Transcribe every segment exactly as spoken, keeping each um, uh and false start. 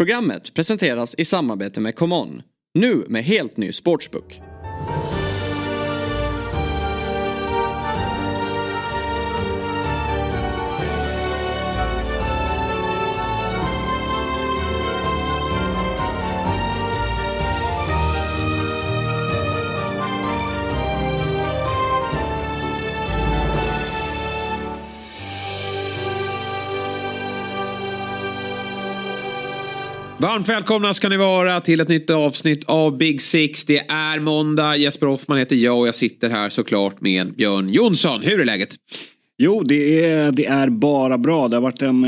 Programmet presenteras i samarbete med ComeOn. Nu med helt ny sportsbook. Varmt välkomna ska ni vara till ett nytt avsnitt av Big Six. Det är måndag, Jesper Hoffman heter jag och jag sitter här såklart med Björn Jonsson. Hur är läget? Jo, det är, det är bara bra. Det har varit en,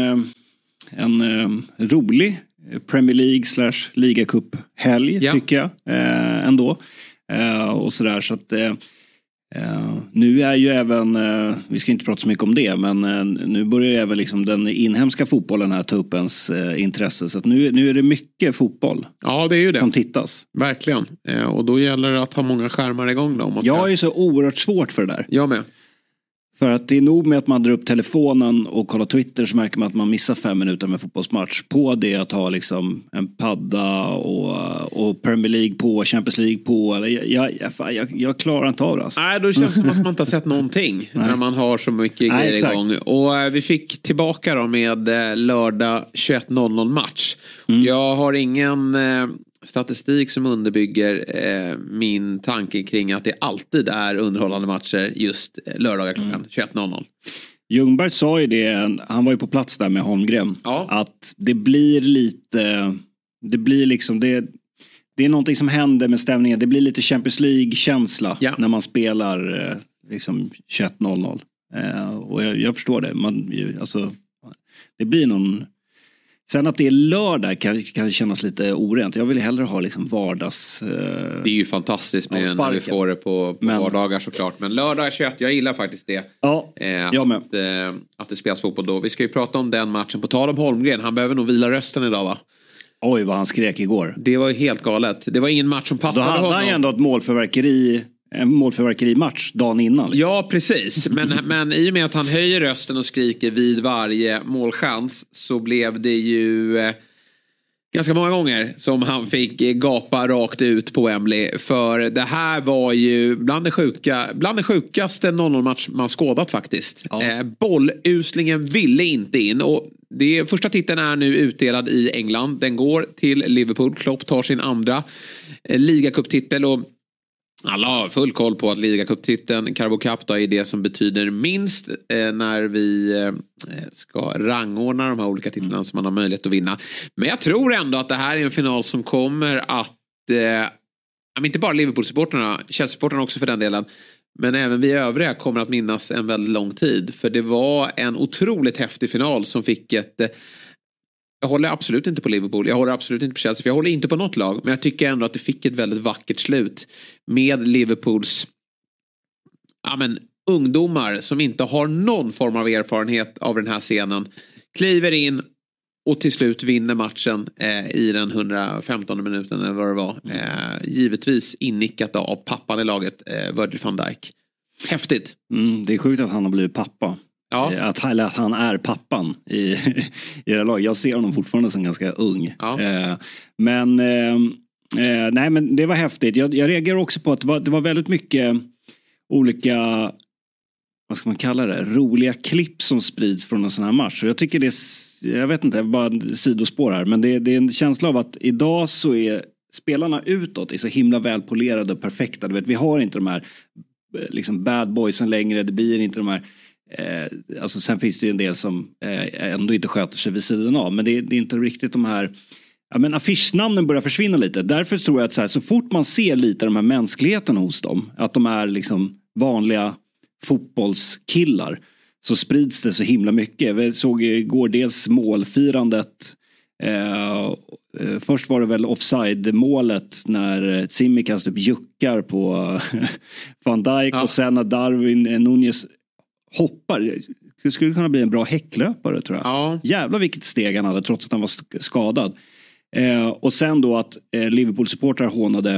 en, en rolig Premier League slash ligacup-helg ja. tycker jag eh, ändå. Eh, och sådär så att... Eh, Uh, nu är ju även, uh, vi ska inte prata så mycket om det, men uh, nu börjar ju även liksom den inhemska fotbollen här ta upp ens uh, intresse. Så att nu, nu är det mycket fotboll ja, det är ju det. Som tittas. Verkligen, uh, och då gäller det att ha många skärmar igång då. Jag ska... är ju så oerhört svårt för det där. Jag med. För att det är nog med att man drar upp telefonen och kollar Twitter så märker man att man missar fem minuter med fotbollsmatch. På det att ha liksom en padda och, och Premier League på, Champions League på. Eller jag, jag, jag, jag klarar inte av det. Alltså. Nej, då känns det som att man inte har sett någonting när man har så mycket Nej, grejer exakt. igång. Och äh, vi fick tillbaka då med äh, lördag tjugoett noll noll match. Mm. Jag har ingen... Äh, statistik som underbygger eh, min tanke kring att det alltid är underhållande matcher just lördagar klockan mm. tjugoett noll noll. Ljungberg sa ju det, han var ju på plats där med Holmgren, ja. att det blir lite, det blir liksom, det, det är någonting som händer med stämningen, det blir lite Champions League-känsla ja. när man spelar eh, liksom tjugoett noll noll. Eh, och jag, jag förstår det, man, alltså, det blir någon... Sen att det är lördag kan, kan kännas lite orent. Jag vill hellre ha liksom vardags... Eh, det är ju fantastiskt med när vi får det på, på men, vardagar såklart. Men lördag tjugoett, jag gillar faktiskt det. Ja, eh, jag med. Att, eh, att det spelas fotboll då. Vi ska ju prata om den matchen. På tal om Holmgren, han behöver nog vila rösten idag va? Oj, vad han skrek igår. Det var ju helt galet. Det var ingen match som passade honom. Då hade han ju ändå ett målförverkeri... En målförverkeri-match dagen innan. Liksom. Ja, precis. Men, men i och med att han höjer rösten och skriker vid varje målchans så blev det ju eh, ganska många gånger som han fick gapa rakt ut på Wembley. För det här var ju bland det, sjuka, bland det sjukaste noll noll-match man skådat faktiskt. Ja. Eh, bolluslingen ville inte in och det, första titeln är nu utdelad i England. Den går till Liverpool. Klopp tar sin andra eh, ligacuptitel och alla har full koll på att ligacuptiteln Carabao Cup då är det som betyder minst eh, när vi eh, ska rangordna de här olika titlarna mm. som man har möjlighet att vinna. Men jag tror ändå att det här är en final som kommer att eh, inte bara Liverpool-supporterna, Chelsea-supporterna också för den delen, men även vi övriga kommer att minnas en väldigt lång tid. För det var en otroligt häftig final som fick ett... Eh, Jag håller absolut inte på Liverpool. Jag håller absolut inte på Chelsea. För jag håller inte på något lag. Men jag tycker ändå att det fick ett väldigt vackert slut. Med Liverpools ja, men, ungdomar som inte har någon form av erfarenhet av den här scenen. Kliver in och till slut vinner matchen eh, i den hundrafemtonde minuten eller vad det var. Eh, givetvis innickat av pappan i laget, eh, Virgil van Dijk. Häftigt. Mm, det är sjukt att han har blivit pappa. Ja. Att, att han är pappan i, i det här laget. Jag ser honom fortfarande som ganska ung. Ja. Eh, men, eh, nej, men det var häftigt. Jag, jag reagerar också på att det var, det var väldigt mycket olika, vad ska man kalla det, roliga klipp som sprids från en sån här match. Och jag tycker det är, jag vet inte, bara sidospår här. Men det, det är en känsla av att idag så är spelarna utåt är så himla välpolerade och perfekta. Du vet, vi har inte de här liksom bad boysen längre. Det blir inte de här... Eh, alltså sen finns det ju en del som eh, ändå inte sköter sig vid sidan av, men det, det är inte riktigt de här, ja, men affischnamnen börjar försvinna lite. Därför tror jag att så, här, så fort man ser lite de här mänskligheten hos dem, att de är liksom vanliga fotbollskillar, så sprids det så himla mycket. Vi såg igår dels målfirandet. Eh, först var det väl offside-målet när Tsimikas typ juckar på Van Dijk, ja. Och sen när Darwin Núñez hoppar. Det skulle kunna bli en bra häcklöpare, tror jag. Ja. Jävla vilket steg han hade trots att han var skadad. Eh, och sen då att eh, Liverpool-supportrar hånade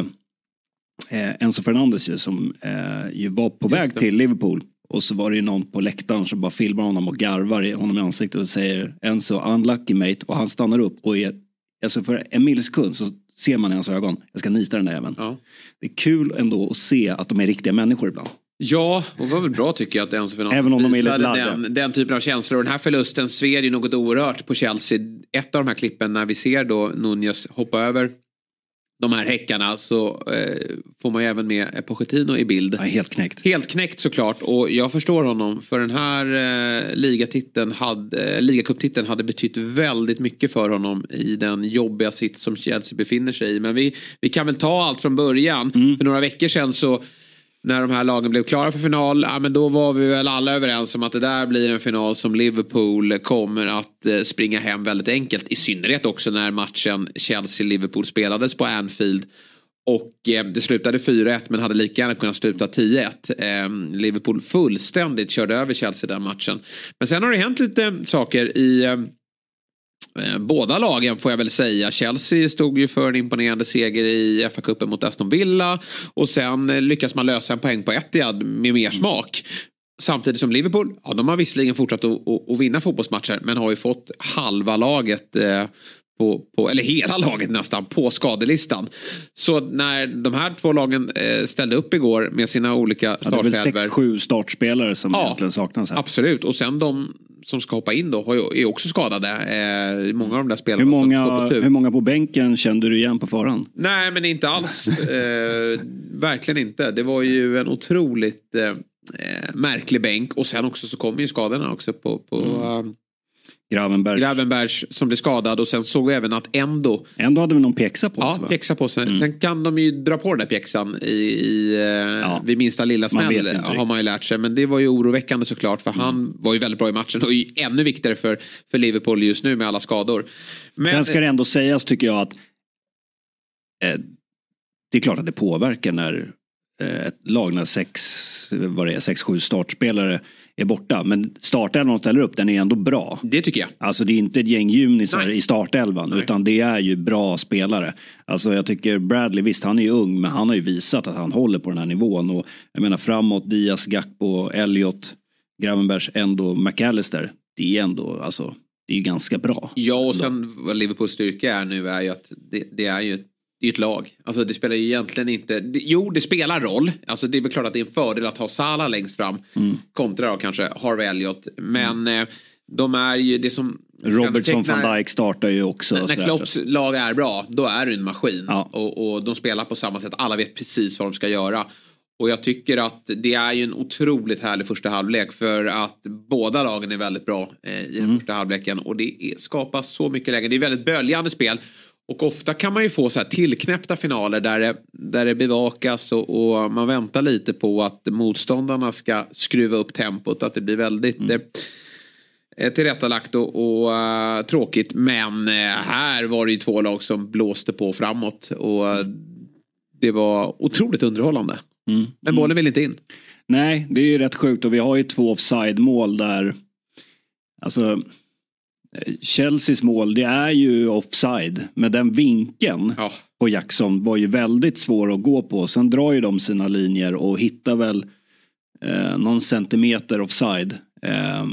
eh, Enzo Fernandes ju, som eh, ju var på Just väg det. till Liverpool. Och så var det ju någon på läktaren som bara filmar honom och garvar honom i ansiktet och säger Enzo, unlucky mate. Och han stannar upp och är alltså för en millisekund så ser man i hans ögon, jag ska nita den där även. Ja. Det är kul ändå att se att de är riktiga människor ibland. Ja, och det var väl bra tycker jag att Enzo Fernandez även om de är lite den, den typen av känslor. Och den här förlusten sved ju något oerhört på Chelsea. Ett av de här klippen när vi ser då Nunez hoppa över de här häckarna så eh, får man ju även med Pochettino i bild. Ja, helt knäckt. Helt knäckt såklart, och jag förstår honom, för den här eh, ligatiteln hade, eh, ligacuptiteln hade betytt väldigt mycket för honom i den jobbiga sitt som Chelsea befinner sig i. Men vi, vi kan väl ta allt från början. Mm. För några veckor sedan så när de här lagen blev klara för final, ja, men då var vi väl alla överens om att det där blir en final som Liverpool kommer att eh, springa hem väldigt enkelt. I synnerhet också när matchen Chelsea-Liverpool spelades på Anfield. Och eh, det slutade fyra ett men hade lika gärna kunnat sluta tio ett. Eh, Liverpool fullständigt körde över Chelsea den matchen. Men sen har det hänt lite saker i... Eh, båda lagen får jag väl säga. Chelsea stod ju för en imponerande seger i F A-cupen mot Aston Villa. Och sen lyckas man lösa en poäng på Etihad med mer smak. Samtidigt som Liverpool, ja, de har visserligen fortsatt att, att, att vinna fotbollsmatcher. Men har ju fått halva laget eh, på, på, eller hela laget nästan på skadelistan. Så när de här två lagen eh, ställde upp igår med sina olika startfälver. Ja, det är väl sex sju startspelare som ja, egentligen saknas här. Absolut, och sen de som ska hoppa in då har ju, är också skadade. Eh, många av de där spelarna. Hur många, på hur många på bänken kände du igen på förhand? Nej, men inte alls. eh, verkligen inte. Det var ju en otroligt eh, märklig bänk. Och sen också så kom ju skadorna också på... på mm. uh, Gravenberg. Gravenberg som blev skadad, och sen såg vi även att Endo Endo hade vi någon pjäxa på sig. Ja, pjäxa på sig. Mm. Sen kan de ju dra på den där pjäxan i, i, ja. vid minsta lilla smäll har man ju lärt sig. Men det var ju oroväckande såklart, för mm. han var ju väldigt bra i matchen och ju ännu viktigare för, för Liverpool just nu med alla skador. Men sen ska det ändå sägas tycker jag att eh, det är klart att det påverkar när eh, ett lag när sex, vad det är, sex, sju startspelare är borta. Men startelvan ställer upp, den är ändå bra. Det tycker jag. Alltså det är inte ett gäng junisar i startelvan. Nej. Utan det är ju bra spelare. Alltså jag tycker Bradley, visst han är ju ung, men han har ju visat att han håller på den här nivån. Och jag menar framåt, Diaz, Gakpo, Elliot, Gravenbergs, Endo, McAllister. Det är ändå, alltså det är ju ganska bra. Ja, och sen vad Liverpools styrka är nu är ju att det, det är ju det är ett lag. Alltså det spelar ju egentligen inte... Det, jo, det spelar roll. Alltså det är väl klart att det är en fördel att ha Salah längst fram. Mm. Kontra då kanske Harvey Elliott. Men mm. eh, de är ju det som... Robertson van Dijk startar ju också. När, när Klopps lag är bra, då är det en maskin. Ja. Och, och de spelar på samma sätt. Alla vet precis vad de ska göra. Och jag tycker att det är ju en otroligt härlig första halvlek. För att båda lagen är väldigt bra eh, i den mm. första halvleken. Och det är, skapas så mycket lägen. Det är väldigt böljande spel. Och ofta kan man ju få så här tillknäppta finaler där det, där det bevakas och, och man väntar lite på att motståndarna ska skruva upp tempot. Att det blir väldigt mm. eh, tillrättalagt och, och uh, tråkigt. Men uh, här var det ju två lag som blåste på framåt. Och uh, det var otroligt underhållande. Mm. Men bollen vill inte in. Nej, det är ju rätt sjukt. Och vi har ju två offside-mål där. Alltså... Chelseas mål, det är ju offside. Men den vinkeln ja. på Jackson var ju väldigt svår att gå på. Sen drar ju de sina linjer och hittar väl eh, någon centimeter offside eh,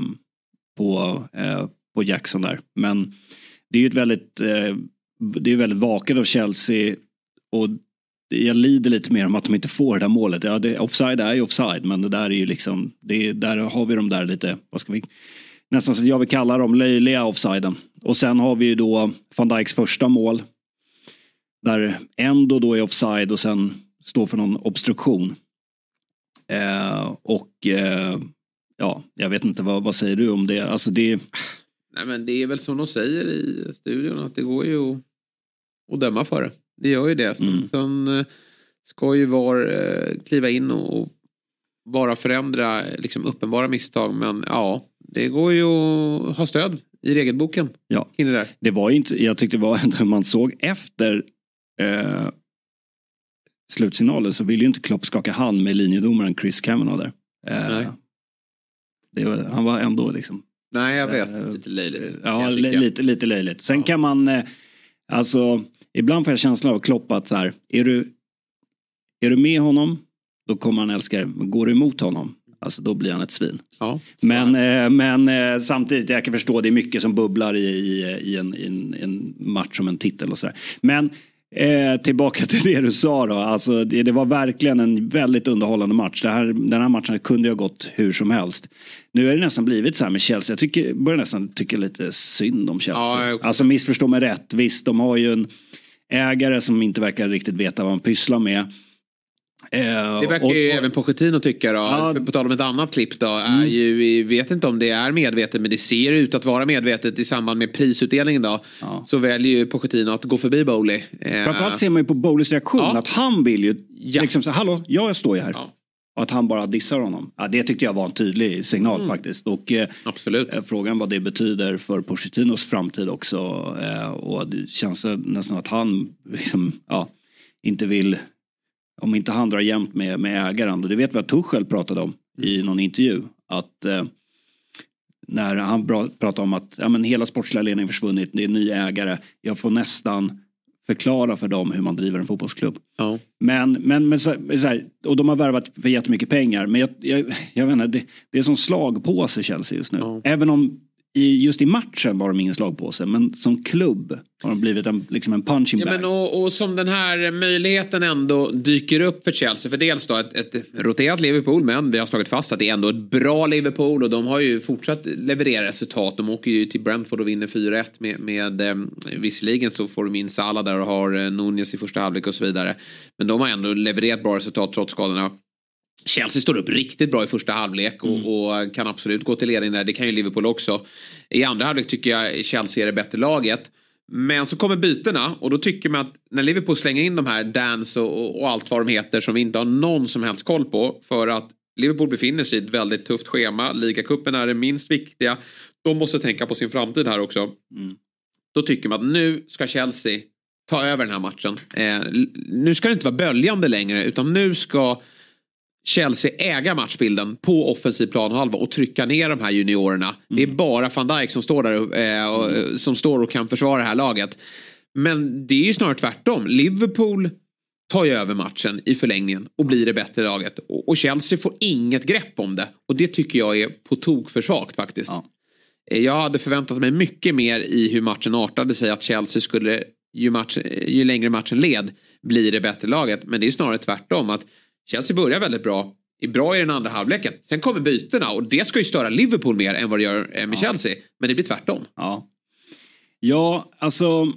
på, eh, på Jackson där. Men det är ju ett väldigt eh, det är väldigt vaket av Chelsea, och jag lider lite mer om att de inte får det där målet. Ja, det, offside är ju offside, men det där är ju liksom det, där har vi de där lite, vad ska vi nästan så jag vill kalla dem löjliga offsiden. Och sen har vi ju då Van Dijks första mål. Där Endo då är offside och sen står för någon obstruktion. Eh, och eh, ja, jag vet inte, vad, vad säger du om det? Alltså det... Nej, men det är väl som de säger i studion att det går ju att, att döma för det. Det gör ju det. Sen, mm. sen ska ju var eh, kliva in och, och bara förändra liksom uppenbara misstag. Men ja, det går ju att ha stöd i regelboken. Ja, det, där. det var inte, jag tyckte det var ändå man såg efter eh, slutsignalen så ville ju inte Klopp skaka hand med linjedomaren Chris Kavanagh där. Eh, Nej. Det var, han var ändå liksom... Nej, jag vet. Eh, lite löjligt. Ja, lite, lite löjligt. Sen ja. kan man, eh, alltså, ibland får jag känslan av Klopp att så här, är du, är du med honom, då kommer han älska det. Går du emot honom, Alltså då blir han ett svin. Ja, men eh, men eh, samtidigt, jag kan förstå, det är mycket som bubblar i, i, i, en, i en, en match som en titel och sådär. Men eh, tillbaka till det du sa då. Alltså, det, det var verkligen en väldigt underhållande match. Det här, den här matchen kunde ju ha gått hur som helst. Nu är det nästan blivit så här med Chelsea. Jag tycker, börjar nästan tycka lite synd om Chelsea. Ja, alltså missförstå mig rätt. Visst, de har ju en ägare som inte verkar riktigt veta vad man pysslar med. Eh, det verkar ju och, och, även Pochettino tycka då. Ja, på tal om ett annat klipp då. Är mm. ju, vi vet inte om det är medvetet, men det ser ut att vara medvetet i samband med prisutdelningen då. Ja. Så väljer ju Pochettino att gå förbi Bowley. Eh, Framförallt ser man ju på Bowleys reaktion ja. att han vill ju ja. liksom säga, hallå, jag står ju här. Ja. Och att han bara dissar honom. Ja, det tyckte jag var en tydlig signal mm. faktiskt. Och eh, Absolut. Eh, frågan vad det betyder för Pochettinos framtid också. Eh, och det känns nästan att han liksom, ja, inte vill, om inte han drar jämt med, med ägaren. Och det vet vi att Tuchel pratade om mm. i någon intervju. Att eh, när han pratade om att ja, men hela sportsliga ledningen försvunnit, det är en ny ägare. Jag får nästan förklara för dem hur man driver en fotbollsklubb. Ja. Men, men, men så, så här, och de har värvat för jättemycket pengar. Men jag, jag, jag vet inte, det, det är som slag på sig Chelsea just nu. Ja. Även om i, just i matchen var de ingen slag på sig. Men som klubb har de blivit en, liksom en punching bag. Ja, men och, och som den här möjligheten ändå dyker upp för Chelsea. För dels då ett, ett roterat Liverpool. Men vi har slagit fast att det är ändå ett bra Liverpool. Och de har ju fortsatt leverera resultat. De åker ju till Brentford och vinner fyra ett. Med, med eh, visserligen så får de in Salah där och har eh, Nunez i första halvlek och så vidare. Men de har ändå levererat bra resultat trots skadorna. Chelsea står upp riktigt bra i första halvlek och, mm. och kan absolut gå till ledning där. Det kan ju Liverpool också. I andra halvlek tycker jag Chelsea är det bättre laget. Men så kommer bytena och då tycker man att när Liverpool slänger in de här Dance och, och allt vad de heter som vi inte har någon som helst koll på, för att Liverpool befinner sig i ett väldigt tufft schema. Ligacupen är det minst viktiga. De måste tänka på sin framtid här också. Mm. Då tycker man att nu ska Chelsea ta över den här matchen. Eh, nu ska det inte vara böljande längre, utan nu ska Chelsea äga matchbilden på offensiv planhalva och trycka ner de här juniorerna. Mm. Det är bara Van Dijk som står där eh, och, som står och kan försvara det här laget. Men det är ju snarare tvärtom. Liverpool tar ju över matchen i förlängningen och blir det bättre laget. Och, och Chelsea får inget grepp om det. Och det tycker jag är på tok för svagt faktiskt. Ja. Jag hade förväntat mig mycket mer i hur matchen artade sig. Att Chelsea skulle, ju, match, ju längre matchen led, blir det bättre laget. Men det är snarare tvärtom, att Chelsea börjar väldigt bra. Är bra i den andra halvleken. Sen kommer bytena och det ska ju störa Liverpool mer än vad det gör med ja. Chelsea. Men det blir tvärtom. Ja. Ja, alltså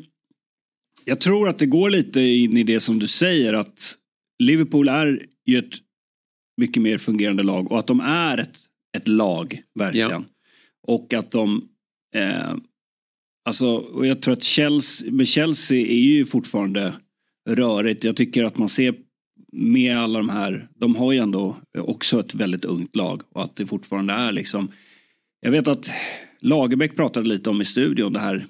jag tror att det går lite in i det som du säger, att Liverpool är ju ett mycket mer fungerande lag och att de är ett, ett lag verkligen. Ja. Och att de eh, alltså, och jag tror att Chelsea, med Chelsea är ju fortfarande rörigt. Jag tycker att man ser med alla de här, de har ju ändå också ett väldigt ungt lag och att det fortfarande är liksom, jag vet att Lagerbäck pratade lite om i studion det här,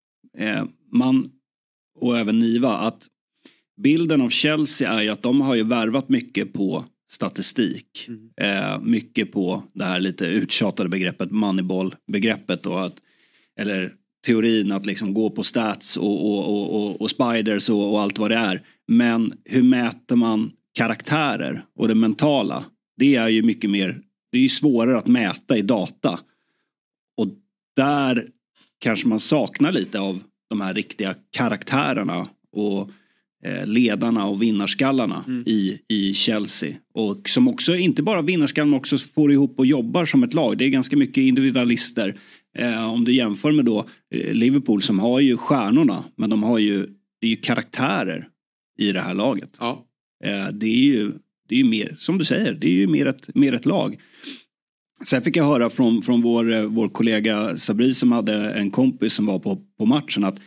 eh, man och även Niva, att bilden av Chelsea är ju att de har ju värvat mycket på statistik, mm. eh, mycket på det här lite uttjatade begreppet Moneyball-begreppet och att, eller teorin att liksom gå på stats och, och, och, och, och spiders och, och allt vad det är. Men hur mäter man karaktärer och det mentala? Det är ju mycket mer, det är ju svårare att mäta i data. Och där kanske man saknar lite av de här riktiga karaktärerna och eh, ledarna och vinnarskallarna mm. i, i Chelsea. Och som också, inte bara vinnarskallarna, men också får ihop och jobbar som ett lag. Det är ganska mycket individualister. Eh, om du jämför med då eh, Liverpool som har ju stjärnorna, men de har ju, det är ju karaktärer i det här laget. Ja. Eh, det är ju, det är ju mer, som du säger, det är ju mer ett, mer ett lag. Sen fick jag höra från, från vår, vår kollega Sabri som hade en kompis som var på, på matchen att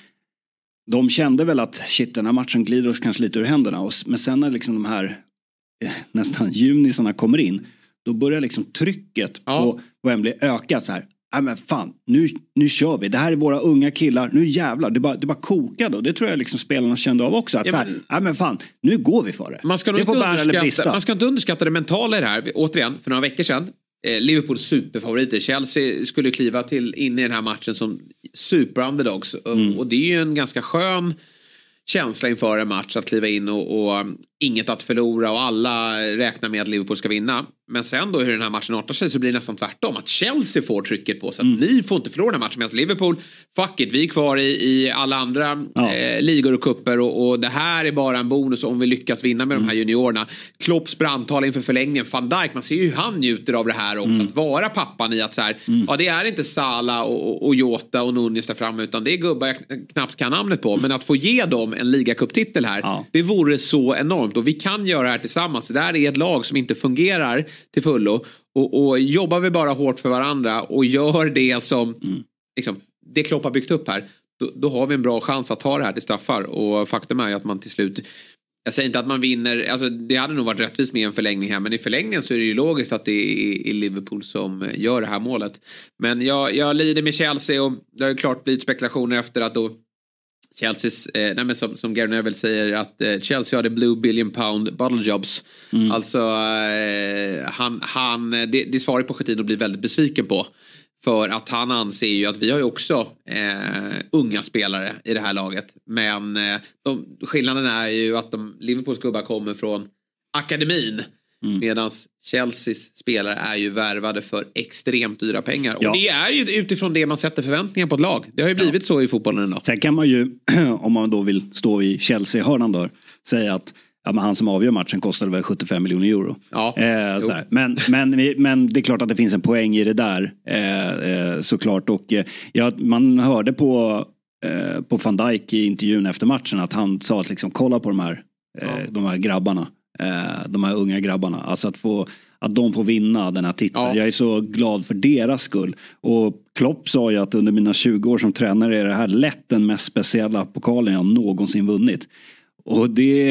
de kände väl att shit, den här matchen glider oss kanske lite ur händerna. Och, men sen när liksom de här eh, nästan junisarna kommer in, då börjar liksom trycket ja. på Wembley öka så här. Nej men fan, nu, nu kör vi. Det här är våra unga killar. Nu jävlar, det bara, det bara kokade. Och det tror jag liksom spelarna kände av också. Att ja, men, nej men fan, nu går vi för det. Man ska, det får bära eller brista. Man ska inte underskatta det mentala i det här. Återigen, för några veckor sedan. Eh, Liverpools superfavoriter. Chelsea skulle kliva till in i den här matchen som super-underdogs. Mm. Och det är ju en ganska skön känsla inför en match att kliva in och, och um, inget att förlora och alla räknar med att Liverpool ska vinna. Men sen då hur den här matchen artar sig så blir det nästan tvärtom. Att Chelsea får trycket på sig. Mm. Ni får inte förlora den här matchen. Medan Liverpool, fuck it, vi är kvar i, i alla andra ja. eh, ligor och kupper. Och, och det här är bara en bonus om vi lyckas vinna med mm. de här juniorerna. Klopps brandtal inför förlängningen. Van Dijk, man ser ju hur han njuter av det här också. Mm. Att vara pappan i att så här, mm. ja det är inte Salah och, och, och Jota och Nunez där framme. Utan det är gubbar jag knappt kan namnet på. Men att få ge dem en ligacuptitel här. Ja. Det vore så enormt. Och vi kan göra det här tillsammans. Det där är ett lag som inte fungerar till fullo. Och, och jobbar vi bara hårt för varandra och gör det som mm. liksom, det Klopp har byggt upp här, då, då har vi en bra chans att ta det här till straffar. Och faktum är ju att man till slut, jag säger inte att man vinner, alltså det hade nog varit rättvist med en förlängning här, men i förlängningen så är det ju logiskt att det är, är Liverpool som gör det här målet. Men jag, jag lider med Chelsea och det har ju klart blivit spekulationer efter att då Chelseas, eh, nej men som, som Gary Neville säger att eh, Chelsea har the blue billion pound bottle jobs. Mm. Alltså eh, han, han det, det svarar Pochettino blir väldigt besviken på. För att han anser ju att vi har ju också eh, unga spelare i det här laget. Men eh, de, skillnaden är ju att de Liverpools gubbar kommer från akademin. Mm. Medan Chelseas spelare är ju värvade för extremt dyra pengar. Ja. Och det är ju utifrån det man sätter förväntningar på ett lag. Det har ju blivit ja. så i fotbollen idag. Sen kan man ju, om man då vill stå i Chelsea-hörnan då, säga att ja, men han som avgör matchen kostade väl sjuttiofem miljoner euro. Ja. Eh, så men, men, men det är klart att det finns en poäng i det där. Eh, eh, såklart. Och eh, ja, man hörde på, eh, på Van Dijk i intervjun efter matchen att han sa att liksom, kolla på de här, eh, ja. de här grabbarna. De här unga grabbarna. Alltså att, få, att de får vinna den här titeln. Ja. Jag är så glad för deras skull. Och Klopp sa ju att under mina tjugo år som tränare är det här lätt den mest speciella pokalen jag någonsin vunnit. Och det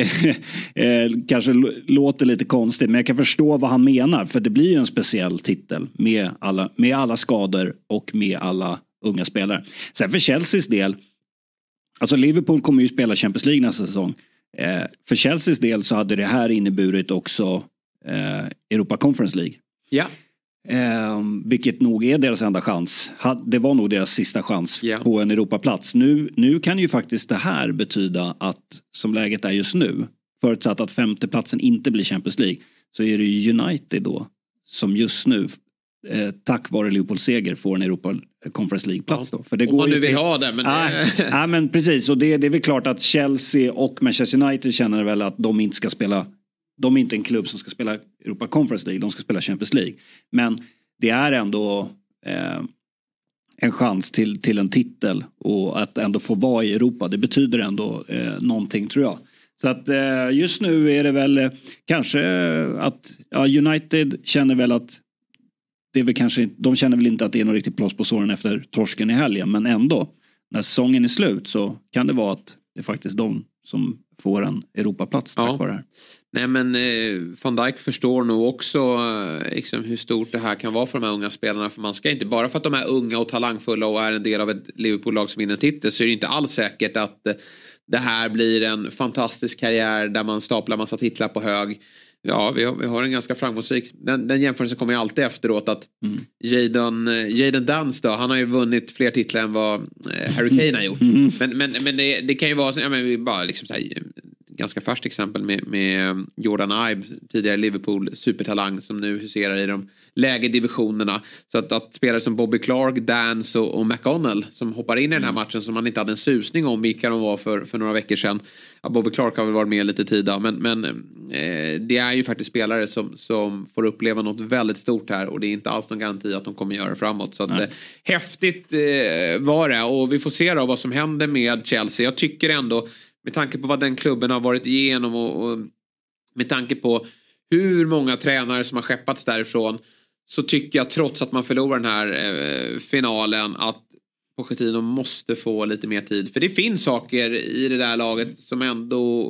eh, kanske låter lite konstigt, men jag kan förstå vad han menar. För det blir ju en speciell titel med alla, med alla skador och med alla unga spelare. Sen för Chelseas del, alltså Liverpool kommer ju spela Champions League nästa säsong. Eh, för Chelseas del så hade det här inneburit också eh, Europa Conference League. Ja. Eh, vilket nog är deras enda chans. Det var nog deras sista chans ja. på en Europaplats. Nu, nu kan ju faktiskt det här betyda att, som läget är just nu, förutsatt att femteplatsen inte blir Champions League, så är det ju United då som just nu eh, tack vare Liverpools seger får en Europa Conference League-plats då. För det Om går man nu ju vill till... ha det. Men, ah, det... ah, men precis, och det, det är väl klart att Chelsea och Manchester United känner väl att de inte ska spela, de är inte en klubb som ska spela Europa Conference League, de ska spela Champions League. Men det är ändå eh, en chans till, till en titel och att ändå få vara i Europa, det betyder ändå eh, någonting tror jag. Så att eh, just nu är det väl eh, kanske att ja, United känner väl att det är väl kanske, de känner väl inte att det är någon riktigt plås på såren efter torsken i helgen, men ändå när säsongen är slut så kan det vara att det är faktiskt de som får en Europaplats tack ja. vare det här. Nej men eh, Van Dijk förstår nog också eh, liksom, hur stort det här kan vara för de här unga spelarna, för man ska inte, bara för att de är unga och talangfulla och är en del av ett Liverpool-lag som vinner titel, så är det inte alls säkert att eh, det här blir en fantastisk karriär där man staplar massa titlar på hög. Ja, vi har, vi har en ganska framgångsrik. Den, den jämförelsen kommer ju alltid efteråt att mm. Jadon, Jadon Dance då, han har ju vunnit fler titlar än vad eh, Harry Kane har gjort. Mm. Men, men, men det, det kan ju vara, ja, men vi bara liksom så här, ganska färskt exempel med, med Jordan Ibe, tidigare Liverpool supertalang som nu huserar i de lägre divisionerna. Så att, att spelare som Bobby Clark, Dance och, och McConnell som hoppar in i den här matchen som man inte hade en susning om vilka de var för, för några veckor sedan. Ja, Bobby Clark har väl varit med lite tid då, men, men eh, det är ju faktiskt spelare som, som får uppleva något väldigt stort här och det är inte alls någon garanti att de kommer göra framåt. Så att, eh, häftigt eh, var det och vi får se då vad som händer med Chelsea. Jag tycker ändå, med tanke på vad den klubben har varit igenom och, och med tanke på hur många tränare som har skeppats därifrån, så tycker jag trots att man förlorar den här eh, finalen att Pochettino måste få lite mer tid. För det finns saker i det där laget som ändå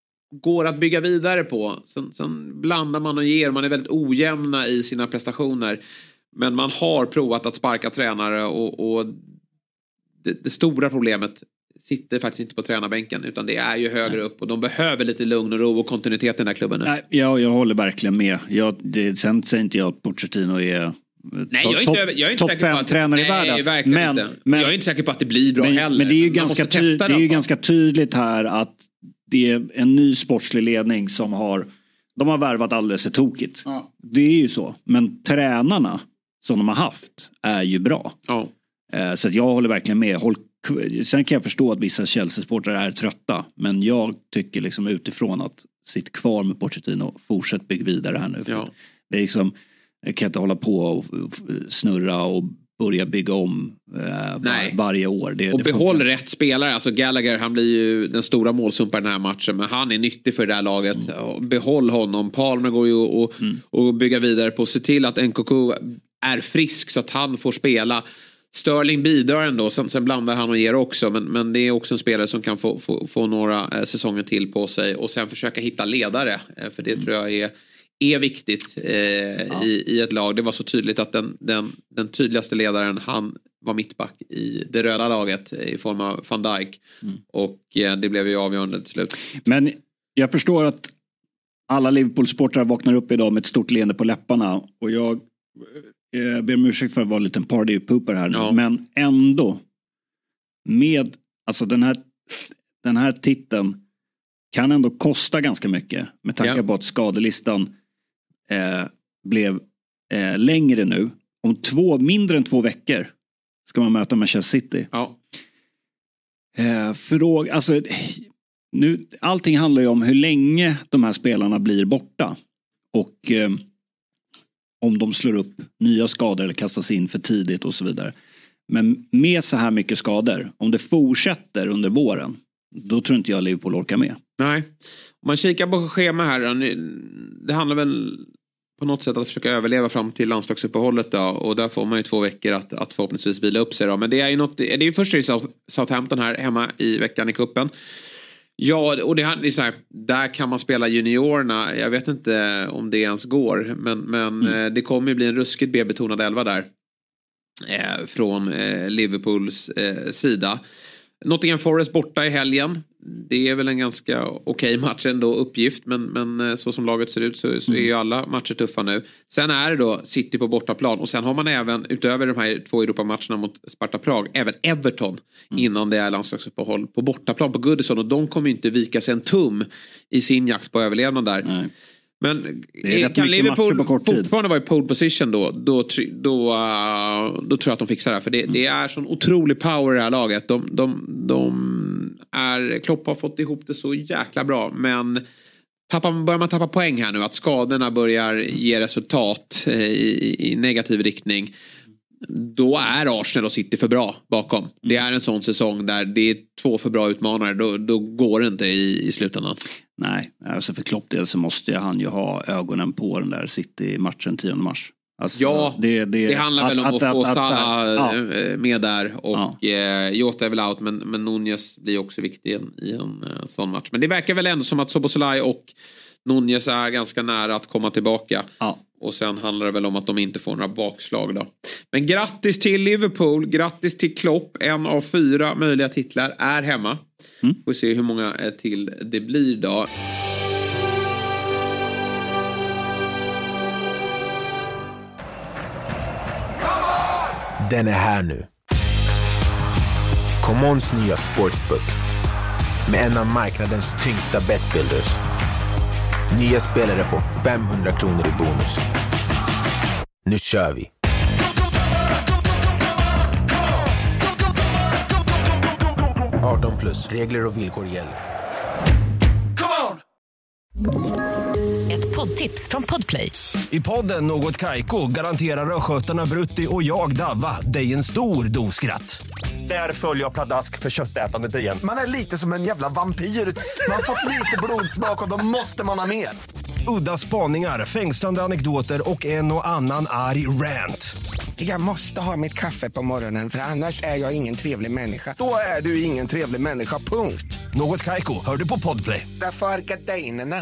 går att bygga vidare på. Sen, sen blandar man och ger. Man är väldigt ojämna i sina prestationer. Men man har provat att sparka tränare och, och det, det stora problemet sitter faktiskt inte på tränarbänken, utan det är ju högre upp och de behöver lite lugn och ro och kontinuitet i den här klubben nu. Nej, jag, jag håller verkligen med. Jag, det, sen säger inte jag att Pochettino är Nej, jag är inte, jag är inte topp fem tränare i världen. Verkligen men, inte. Men, jag är inte säker på att det blir bra men, heller. Men det är ju, ganska, ty- det är ju ganska tydligt här att det är en ny sportslig ledning som har de har värvat alldeles för tokigt. Ja. Det är ju så. Men tränarna som de har haft är ju bra. Ja. Eh, så att jag håller verkligen med. Håll, sen kan jag förstå att vissa Chelsea-sportare är trötta. Men jag tycker liksom utifrån att sitt kvar med Pochettino, fortsätt bygga vidare här nu. Ja. Det är liksom, jag kan inte hålla på och snurra och börja bygga om eh, var, varje år. Det, och det behåll funkar. Rätt spelare. Alltså Gallagher, han blir ju den stora målsumparen i den här matchen. Men han är nyttig för det här laget. Mm. Behåll honom. Palmer går ju och, mm. och bygga vidare på. Se till att N K K är frisk så att han får spela. Sterling bidrar ändå. Sen, sen blandar han och ger också. Men, men det är också en spelare som kan få, få, få några eh, säsonger till på sig. Och sen försöka hitta ledare. Eh, för det mm. tror jag är är viktigt eh, ja. i, i ett lag. Det var så tydligt att den, den, den tydligaste ledaren, han var mittback i det röda laget i form av Van Dijk. Mm. Och eh, det blev ju avgörande till slut. Men jag förstår att alla Liverpool-sportare vaknar upp idag med ett stort leende på läpparna. Och jag eh, ber om ursäkt för att vara en liten party-pooper här nu. Ja. Men ändå med, alltså den här, den här titeln kan ändå kosta ganska mycket. Med tanke ja. på att skadelistan Eh, blev eh, längre nu. Om två, mindre än två veckor ska man möta Manchester City. Ja. Eh, fråga, alltså, nu, allting handlar ju om hur länge de här spelarna blir borta. Och eh, om de slår upp nya skador eller kastas in för tidigt och så vidare. Men med så här mycket skador, om det fortsätter under våren, då tror inte jag Liverpool orkar med. Nej. Om man kikar på schema här, det handlar väl på något sätt att försöka överleva fram till landslagsuppehållet då, och där får man ju två veckor att, att förhoppningsvis vila upp sig då. Men det är ju något, det är ju först i Southampton här hemma i veckan i kuppen. Ja, och det är så här, där kan man spela juniorerna. Jag vet inte om det ens går, men, men mm. det kommer ju bli en ruskigt B-betonad elva där eh, från eh, Liverpools eh, sida. Nottingham Forest borta i helgen. Det är väl en ganska okej match ändå, uppgift. Men, men så som laget ser ut så, så är ju alla matcher tuffa nu. Sen är det då City på bortaplan. Och sen har man även, utöver de här två Europamatcherna mot Sparta Prag, även Everton mm. innan det är landslagsuppehåll på bortaplan på Goodison. Och de kommer ju inte vika sig en tum i sin jakt på överlevnad där. Nej. Men kan Liverpool fortfarande vara i pole position då, då, då, uh, då tror jag att de fixar det här. För det, mm. det är sån otrolig power i det här laget. De, de, de är, Klopp har fått ihop det så jäkla bra. Men tappar, börjar man tappa poäng här nu, att skadorna börjar ge resultat i, i negativ riktning, då är Arsenal och City för bra bakom. Det är en sån säsong där det är två för bra utmanare. Då, då går det inte i, i slutändan. Nej, alltså för Klopp del så måste han ju ha ögonen på den där City-matchen tionde mars. Alltså, ja, det, det, det handlar väl om att, att få att, Salah att, ja. med där. Och ja. eh, Jota är väl out, men, men Nunez blir också viktig i en, i en uh, sån match. Men det verkar väl ändå som att Szoboszlai och Nunez är ganska nära att komma tillbaka. Ja. Och sen handlar det väl om att de inte får några bakslag då. Men grattis till Liverpool. Grattis till Klopp. En av fyra möjliga titlar är hemma. Mm. Får se hur många till det blir då. Den är här nu. Commons nya sportsbook. Med en av marknadens tyngsta betbuilders. Nya spelare får femhundra kronor i bonus. Nu kör vi! arton plus, regler och villkor gäller. Ett poddtips från Podplay. I podden Något Kaiko garanterar röskötarna Brutti och jag Davva dig en stor doskratt. Där följer jag pladask för köttätandet igen. Man är lite som en jävla vampyr. Man har fått lite blodsmak och då måste man ha mer. Udda spaningar, fängslande anekdoter och en och annan arg rant. Jag måste ha mitt kaffe på morgonen för annars är jag ingen trevlig människa. Då är du ingen trevlig människa, punkt. Något Kaiko, hör du på Podplay. Därför är gardinerna.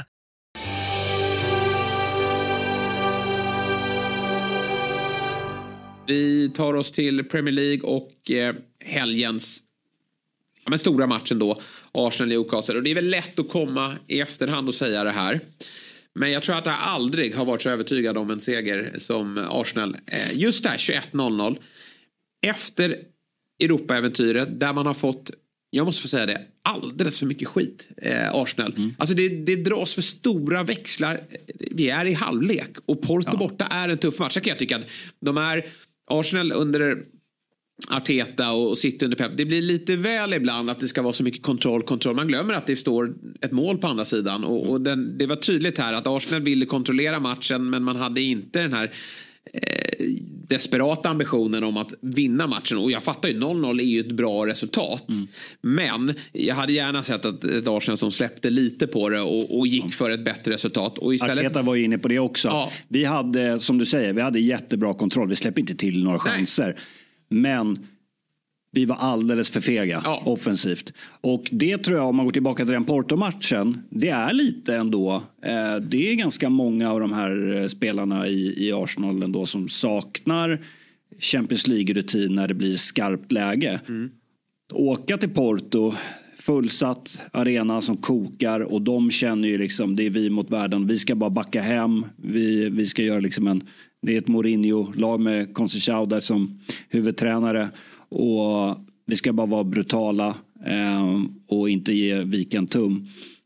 Vi tar oss till Premier League och eh, helgens ja, men stora matchen då. Arsenal-Newcastle. Och det är väl lätt att komma i efterhand och säga det här. Men jag tror att jag aldrig har varit så övertygad om en seger som Arsenal. Eh, just där tjugoett noll noll. Efter Europa-äventyret där man har fått jag måste få säga det, alldeles för mycket skit, eh, Arsenal. Mm. Alltså det, det dras för stora växlar. Vi är i halvlek och Porto ja. borta är en tuff match. Jag kan tycka att de är Arsenal under Arteta och City under Pep. Det blir lite väl ibland att det ska vara så mycket kontroll, kontroll. Man glömmer att det står ett mål på andra sidan. Och, och den, det var tydligt här att Arsenal ville kontrollera matchen, men man hade inte den här eh, desperata ambitionen om att vinna matchen. Och jag fattar ju, noll noll är ju ett bra resultat. Mm. Men jag hade gärna sett att ett Arsenal som släppte lite på det och, och gick för ett bättre resultat. Och istället... Arteta var ju inne på det också. Ja. Vi hade, som du säger, vi hade jättebra kontroll. Vi släppte inte till några chanser. Nej. Men vi var alldeles för fega ja. offensivt. Och det tror jag, om man går tillbaka till den Porto-matchen, det är lite ändå. Eh, det är ganska många av de här spelarna i, i Arsenal ändå som saknar Champions League-rutin när det blir skarpt läge. Mm. Åka till Porto, fullsatt arena som kokar, och de känner ju liksom, det är vi mot världen. Vi ska bara backa hem. Vi, vi ska göra liksom en, det är ett Mourinho-lag med Conceição där som huvudtränare. Och vi ska bara vara brutala eh, och inte ge viken tum.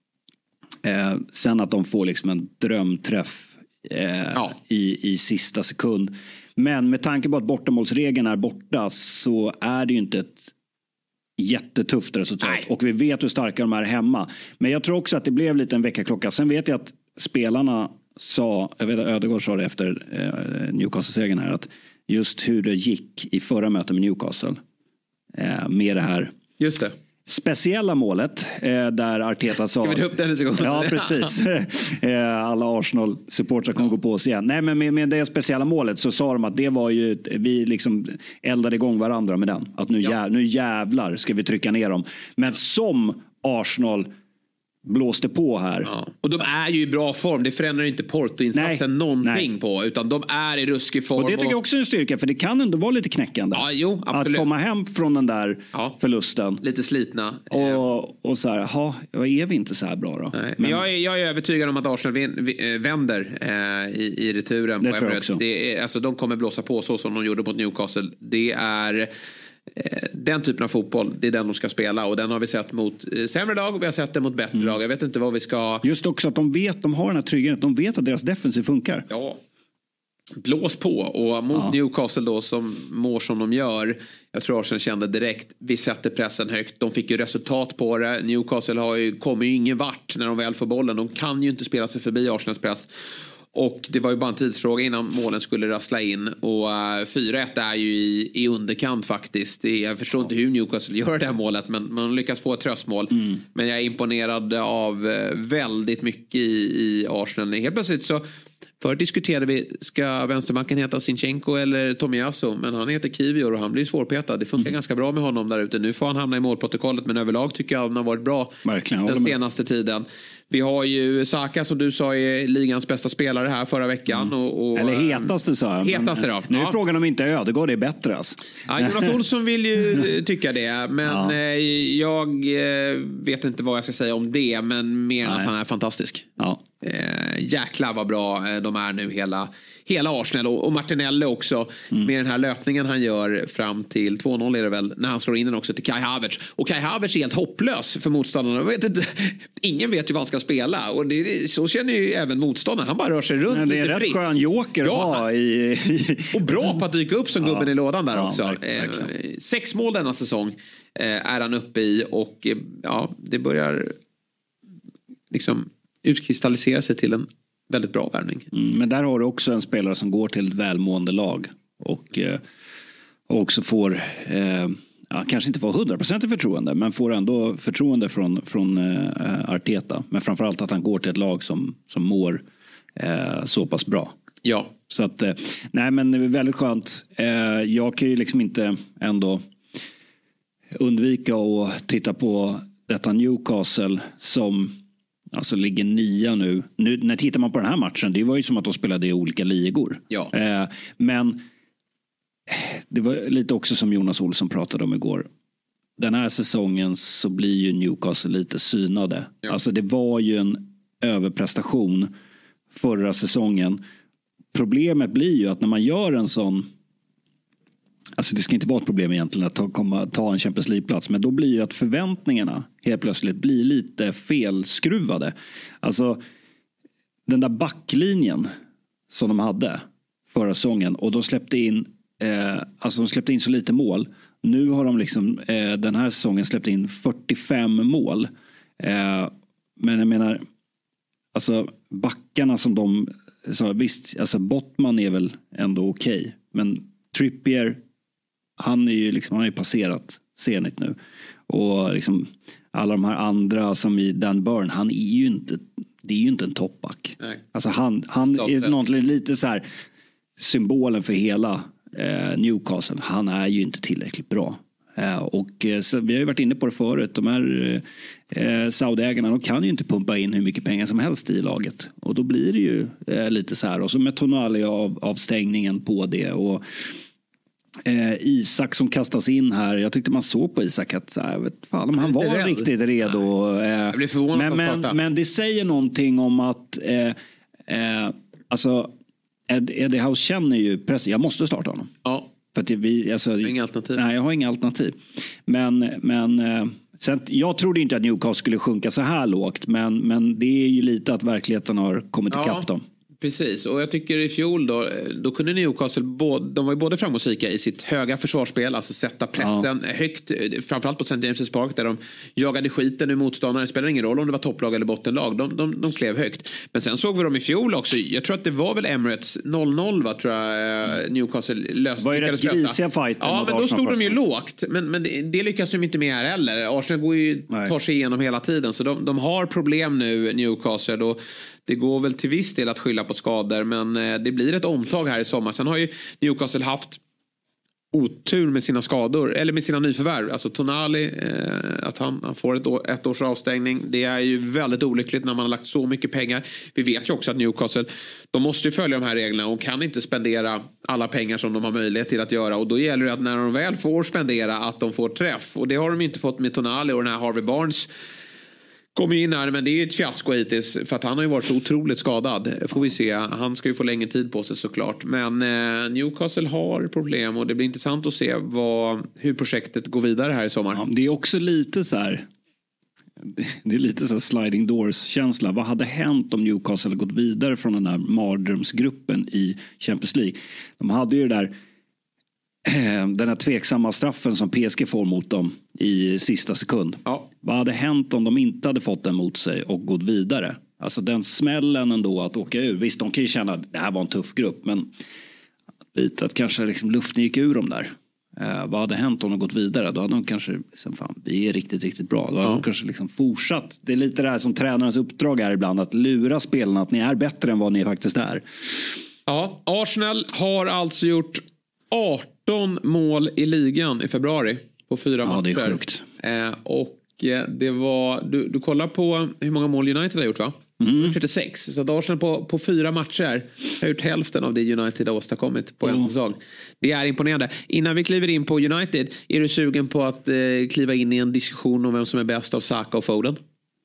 Eh, sen att de får liksom en drömträff eh, ja. i, i sista sekund. Men med tanke på att bortamålsregeln är borta så är det ju inte ett jättetufft resultat. Nej. Och vi vet hur starka de är hemma. Men jag tror också att det blev lite en veckaklocka. Sen vet jag att spelarna sa, jag vet att Ödegård sa det efter eh, Newcastle-segern här, att just hur det gick i förra mötet med Newcastle eh, med det här just det speciella målet eh, där Arteta sa... Ska vi ta upp den en sekund? Ja, precis. eh, alla Arsenal-supportrar kommer ja. gå på oss igen. Nej, men med, med det speciella målet så sa de att det var ju... Vi liksom eldade igång varandra med den. Att nu, ja. jä, nu jävlar ska vi trycka ner dem. Men som Arsenal blåste på här. Ja. Och de är ju i bra form. Det förändrar inte Porto-insatsen nej, någonting nej. på. Utan de är i ruskig form. Och det tycker jag också är en styrka. För det kan ändå vara lite knäckande. Ja, jo, absolut. Att komma hem från den där ja. förlusten. Lite slitna. Och, och så här, ha, är vi inte så här bra då? Nej. Men jag är, jag är övertygad om att Arsenal vänder eh, i, i returen. Det på tror jag också. Det är, alltså, de kommer blåsa på så som de gjorde mot Newcastle. Det är... Den typen av fotboll, det är den de ska spela. Och den har vi sett mot sämre lag och vi har sett det mot bättre mm. lag. Jag vet inte vad vi ska... Just också att de vet, de har den här tryggheten. De vet att deras defensiv funkar. Ja, blås på. Och mot ja. Newcastle då som mår som de gör. Jag tror Arsenal kände direkt, vi sätter pressen högt. De fick ju resultat på det. Newcastle har ju, kommer ju ingen vart när de väl får bollen. De kan ju inte spela sig förbi Arsenals press. Och det var ju bara en tidsfråga innan målen skulle rassla in. Och uh, fyra ett är ju i, i underkant faktiskt. Det, jag förstår inte hur Newcastle gör det här målet. Men man lyckas få ett tröstmål. Mm. Men jag är imponerad av uh, väldigt mycket i, i Arsenal. Helt plötsligt så... Förr diskuterade vi, ska vänsterbacken heta Zinchenko eller Tomiyasu? Men han heter Kivior och han blir svårpetad. Det funkar mm. ganska bra med honom där ute. Nu får han hamna i målprotokollet, men överlag tycker jag att han har varit bra verkligen, den senaste tiden. Vi har ju Saka som du sa är ligans bästa spelare här förra veckan. Mm. Och, och, eller hetaste sa jag. Hetaste då. Nu är ja. frågan om inte Ödegård är bättre. Alltså. Ja, Jonas Olsson vill ju tycka det. Men ja. eh, jag eh, vet inte vad jag ska säga om det. Men mer än Nej. att han är fantastisk. Ja. Eh, jäklar vad bra eh, de är nu hela, hela Arsenal och, och Martinelli också mm. med den här löpningen han gör fram till två noll är det väl när han slår in den också till Kai Havertz och Kai Havertz är helt hopplös för motståndarna. Jag vet inte, ingen vet ju vad han ska spela och det, så känner ju även motståndaren, han bara rör sig runt. Men det är lite rätt fritt. Skön joker ja, i, i... och bra på att dyka upp som gubben ja. i lådan där ja, också verkligen. Eh, sex mål denna säsong eh, är han uppe i och eh, ja, det börjar liksom utkristallisera sig till en väldigt bra värvning. Mm, men där har du också en spelare som går till ett välmående lag och, eh, och också får eh, ja, kanske inte får hundra procent i förtroende men får ändå förtroende från, från eh, Arteta. Men framförallt att han går till ett lag som, som mår eh, så pass bra. Ja. Så att, eh, nej men det är väldigt skönt. Eh, jag kan ju liksom inte ändå undvika att titta på detta Newcastle som alltså ligger nia nu. nu. När tittar man på den här matchen, det var ju som att de spelade i olika ligor. Ja. Eh, men det var lite också som Jonas Olsson pratade om igår. Den här säsongen så blir ju Newcastle lite synade. Ja. Alltså det var ju en överprestation förra säsongen. Problemet blir ju att när man gör en sån alltså det ska inte vara ett problem egentligen att ta, komma, ta en Champions League-plats. Men då blir ju att förväntningarna helt plötsligt blir lite felskruvade. Alltså den där backlinjen som de hade förra säsongen. Och de släppte in, eh, alltså de släppte in så lite mål. Nu har de liksom eh, den här säsongen släppt in fyrtiofem mål. Eh, men jag menar, alltså backarna som de, så visst, alltså Bottman är väl ändå okej. Okay, men Trippier, han är ju liksom, han har ju passerat Zenit nu. Och liksom alla de här andra som i Dan Burn, han är ju inte, det är ju inte en toppback. Nej. Alltså han, han är någonting lite så här symbolen för hela eh, Newcastle. Han är ju inte tillräckligt bra. Eh, och eh, så vi har ju varit inne på det förut. De här eh, Saudi-ägarna, de kan ju inte pumpa in hur mycket pengar som helst i laget. Och då blir det ju eh, lite så här. Och så med Tonali av, avstängningen på det. Och eh, Isak som kastas in här. Jag tyckte man såg på Isak att så här, vet fan, om han var rädd. Riktigt redo. Eh, jag blir förvånad men, men, men, men det säger någonting om att eh, eh, alltså Ed, Eddie Howe känner ju pressen. Jag måste starta honom. Ja. För att vi, alltså, jag har inga alternativ. Nej, jag har inga alternativ. Men, men eh, sen, jag trodde inte att Newcastle skulle sjunka så här lågt. Men, men det är ju lite att verkligheten har kommit ikapp ja. dem. Precis, och jag tycker i fjol då, då kunde Newcastle, både, de var ju både framgångsrika i sitt höga försvarsspel, alltså sätta pressen ja. högt, framförallt på Saint James' Park där de jagade skiten ur motståndare, det spelar ingen roll om det var topplag eller bottenlag, de, de, de klev högt. Men sen såg vi dem i fjol också, jag tror att det var väl Emirates noll noll va, tror jag Newcastle löste. Var ju rätt grisiga fighten. Ja, men då stod de ju lågt, men, men det, det lyckas de inte med här heller. Arsenal går ju, tar sig igenom hela tiden, så de, de har problem nu, Newcastle, och det går väl till viss del att skylla på skador, men det blir ett omtag här i sommar. Sen har ju Newcastle haft otur med sina skador, eller med sina nyförvärv. Alltså Tonali, eh, att han, han får ett, år, ett års avstängning. Det är ju väldigt olyckligt när man har lagt så mycket pengar. Vi vet ju också att Newcastle, de måste ju följa de här reglerna och kan inte spendera alla pengar som de har möjlighet till att göra. Och då gäller det att när de väl får spendera att de får träff. Och det har de inte fått med Tonali och den här Harvey Barnes. Kommer in här, men det är ju ett fiasko hittills för att han har ju varit så otroligt skadad. Får vi se, han ska ju få längre tid på sig såklart. Men eh, Newcastle har problem och det blir intressant att se vad, hur projektet går vidare här i sommar. Ja, det är också lite så här, det är lite så här sliding doors känsla. Vad hade hänt om Newcastle hade gått vidare från den här mardrömsgruppen i Champions League? De hade ju det där, den här tveksamma straffen som P S G får mot dem i sista sekund. Ja. Vad hade hänt om de inte hade fått den mot sig och gått vidare? Alltså den smällen ändå att åka ur. Visst, de kan ju känna att det här var en tuff grupp, men lite att kanske liksom luften gick ur dem där. Eh, vad hade hänt om de gått vidare? Då hade de kanske liksom, fan, vi är riktigt, riktigt bra. Då hade ja. de kanske liksom fortsatt. Det är lite det här som tränarens uppdrag är ibland, att lura spelarna att ni är bättre än vad ni faktiskt är. Ja, Arsenal har alltså gjort arton mål i ligan i februari på fyra ja, matcher. Det är sjukt. Eh, och det var, du, du kollar på hur många mål United har gjort va? Mm. fyrtiosex. Så att Arsenal på, på fyra matcher har gjort hälften av det United har åstadkommit på mm. en säsong. Det är imponerande. Innan vi kliver in på United, är du sugen på att eh, kliva in i en diskussion om vem som är bäst av Saka och Foden?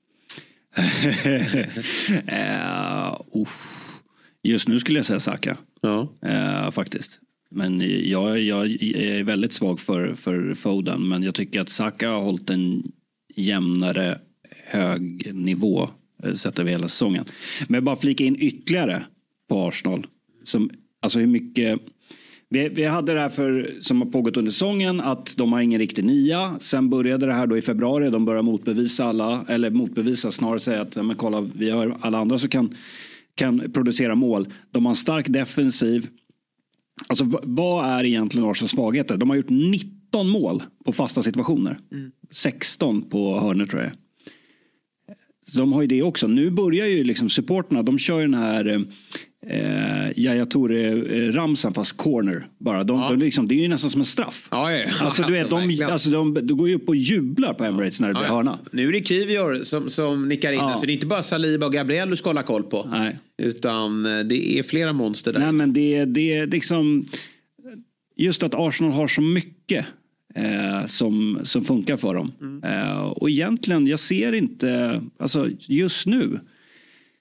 uh, Just nu skulle jag säga Saka. Ja. Uh, faktiskt. Men jag, jag är väldigt svag för, för Foden. Men jag tycker att Saka har hållit en jämnare hög nivå sett över hela säsongen. Men bara flika in ytterligare på Arsenal. Som, alltså hur mycket... Vi, vi hade det här för, som har pågått under säsongen, att de har ingen riktig nia. Sen började det här då i februari. De börjar motbevisa alla, eller motbevisa snarare säga att men kolla, vi har alla andra som kan, kan producera mål. De har en stark defensiv. Alltså vad är egentligen Arsenals svagheter? De har gjort nitton mål på fasta situationer. Mm. sexton på hörnor tror jag. Så de har ju det också. Nu börjar ju liksom supporterna, de kör den här eh, Yaya Toure-ramsan fast corner bara. De, ja. de liksom, det är ju nästan som en straff. Ja, ja. Alltså du vet, de, alltså, de, de går ju upp och jublar på Emirates när det blir ja, ja. hörna. Nu är det Kivior som, som nickar in. Ja. Så det är inte bara Saliba och Gabriel du ska hålla koll på. Nej. Utan det är flera monster där. Nej, men det, det är liksom just att Arsenal har så mycket eh, som, som funkar för dem. Mm. Eh, och egentligen, jag ser inte, alltså just nu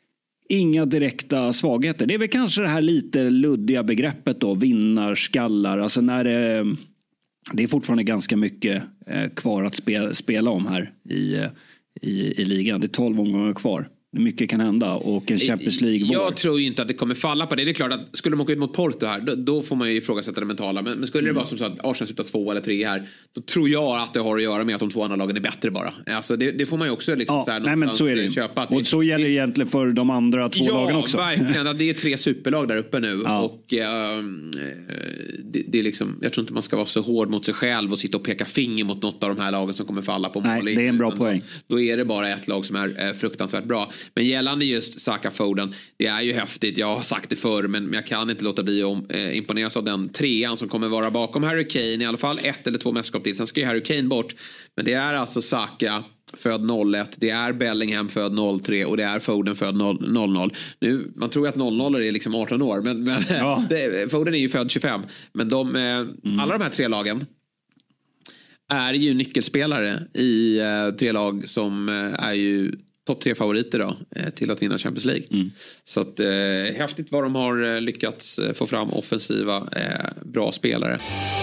inga direkta svagheter. Det är väl kanske det här lite luddiga begreppet då, vinnarskallar. Alltså när det, det är fortfarande ganska mycket eh, kvar att spela, spela om här i, i, i ligan. Det är tolv omgångar kvar. Mycket kan hända och en Champions League-vår. Jag tror ju inte att det kommer falla på det. Det är klart att skulle de åka ut mot Porto här, då, då får man ju ifrågasätta det mentala. Men, men skulle mm. det vara som så att Arsenal slutar två eller tre här, då tror jag att det har att göra med att de två andra lagen är bättre bara. Alltså det, det får man ju också liksom ja, så här nej, men så är det. Köpa. Och så gäller det egentligen för de andra två ja, lagen också. Ja, verkligen. Det är tre superlag där uppe nu. Ja. Och äh, det, det är liksom, jag tror inte man ska vara så hård mot sig själv och sitta och peka finger mot något av de här lagen som kommer falla på mål. Nej, det är en bra poäng. Då, då är det bara ett lag som är äh, fruktansvärt bra. Men gällande ju just Saka Foden, det är ju häftigt, jag har sagt det förr, men jag kan inte låta bli att eh, imponeras av den trean som kommer vara bakom Harry Kane, i alla fall ett eller två mästerskap till. Sen ska ju Harry Kane bort, men det är alltså Saka född noll ett, det är Bellingham född noll tre och det är Foden född noll noll. Nu, man tror att noll noll är liksom arton år, men, men ja. det, Foden är ju född tjugofem, men de, eh, mm. alla de här tre lagen är ju nyckelspelare i eh, tre lag som eh, är ju topp tre favoriter då, eh, till att vinna Champions League. Mm. Så att, eh, häftigt vad de har eh, lyckats eh, få fram offensiva, eh, bra spelare.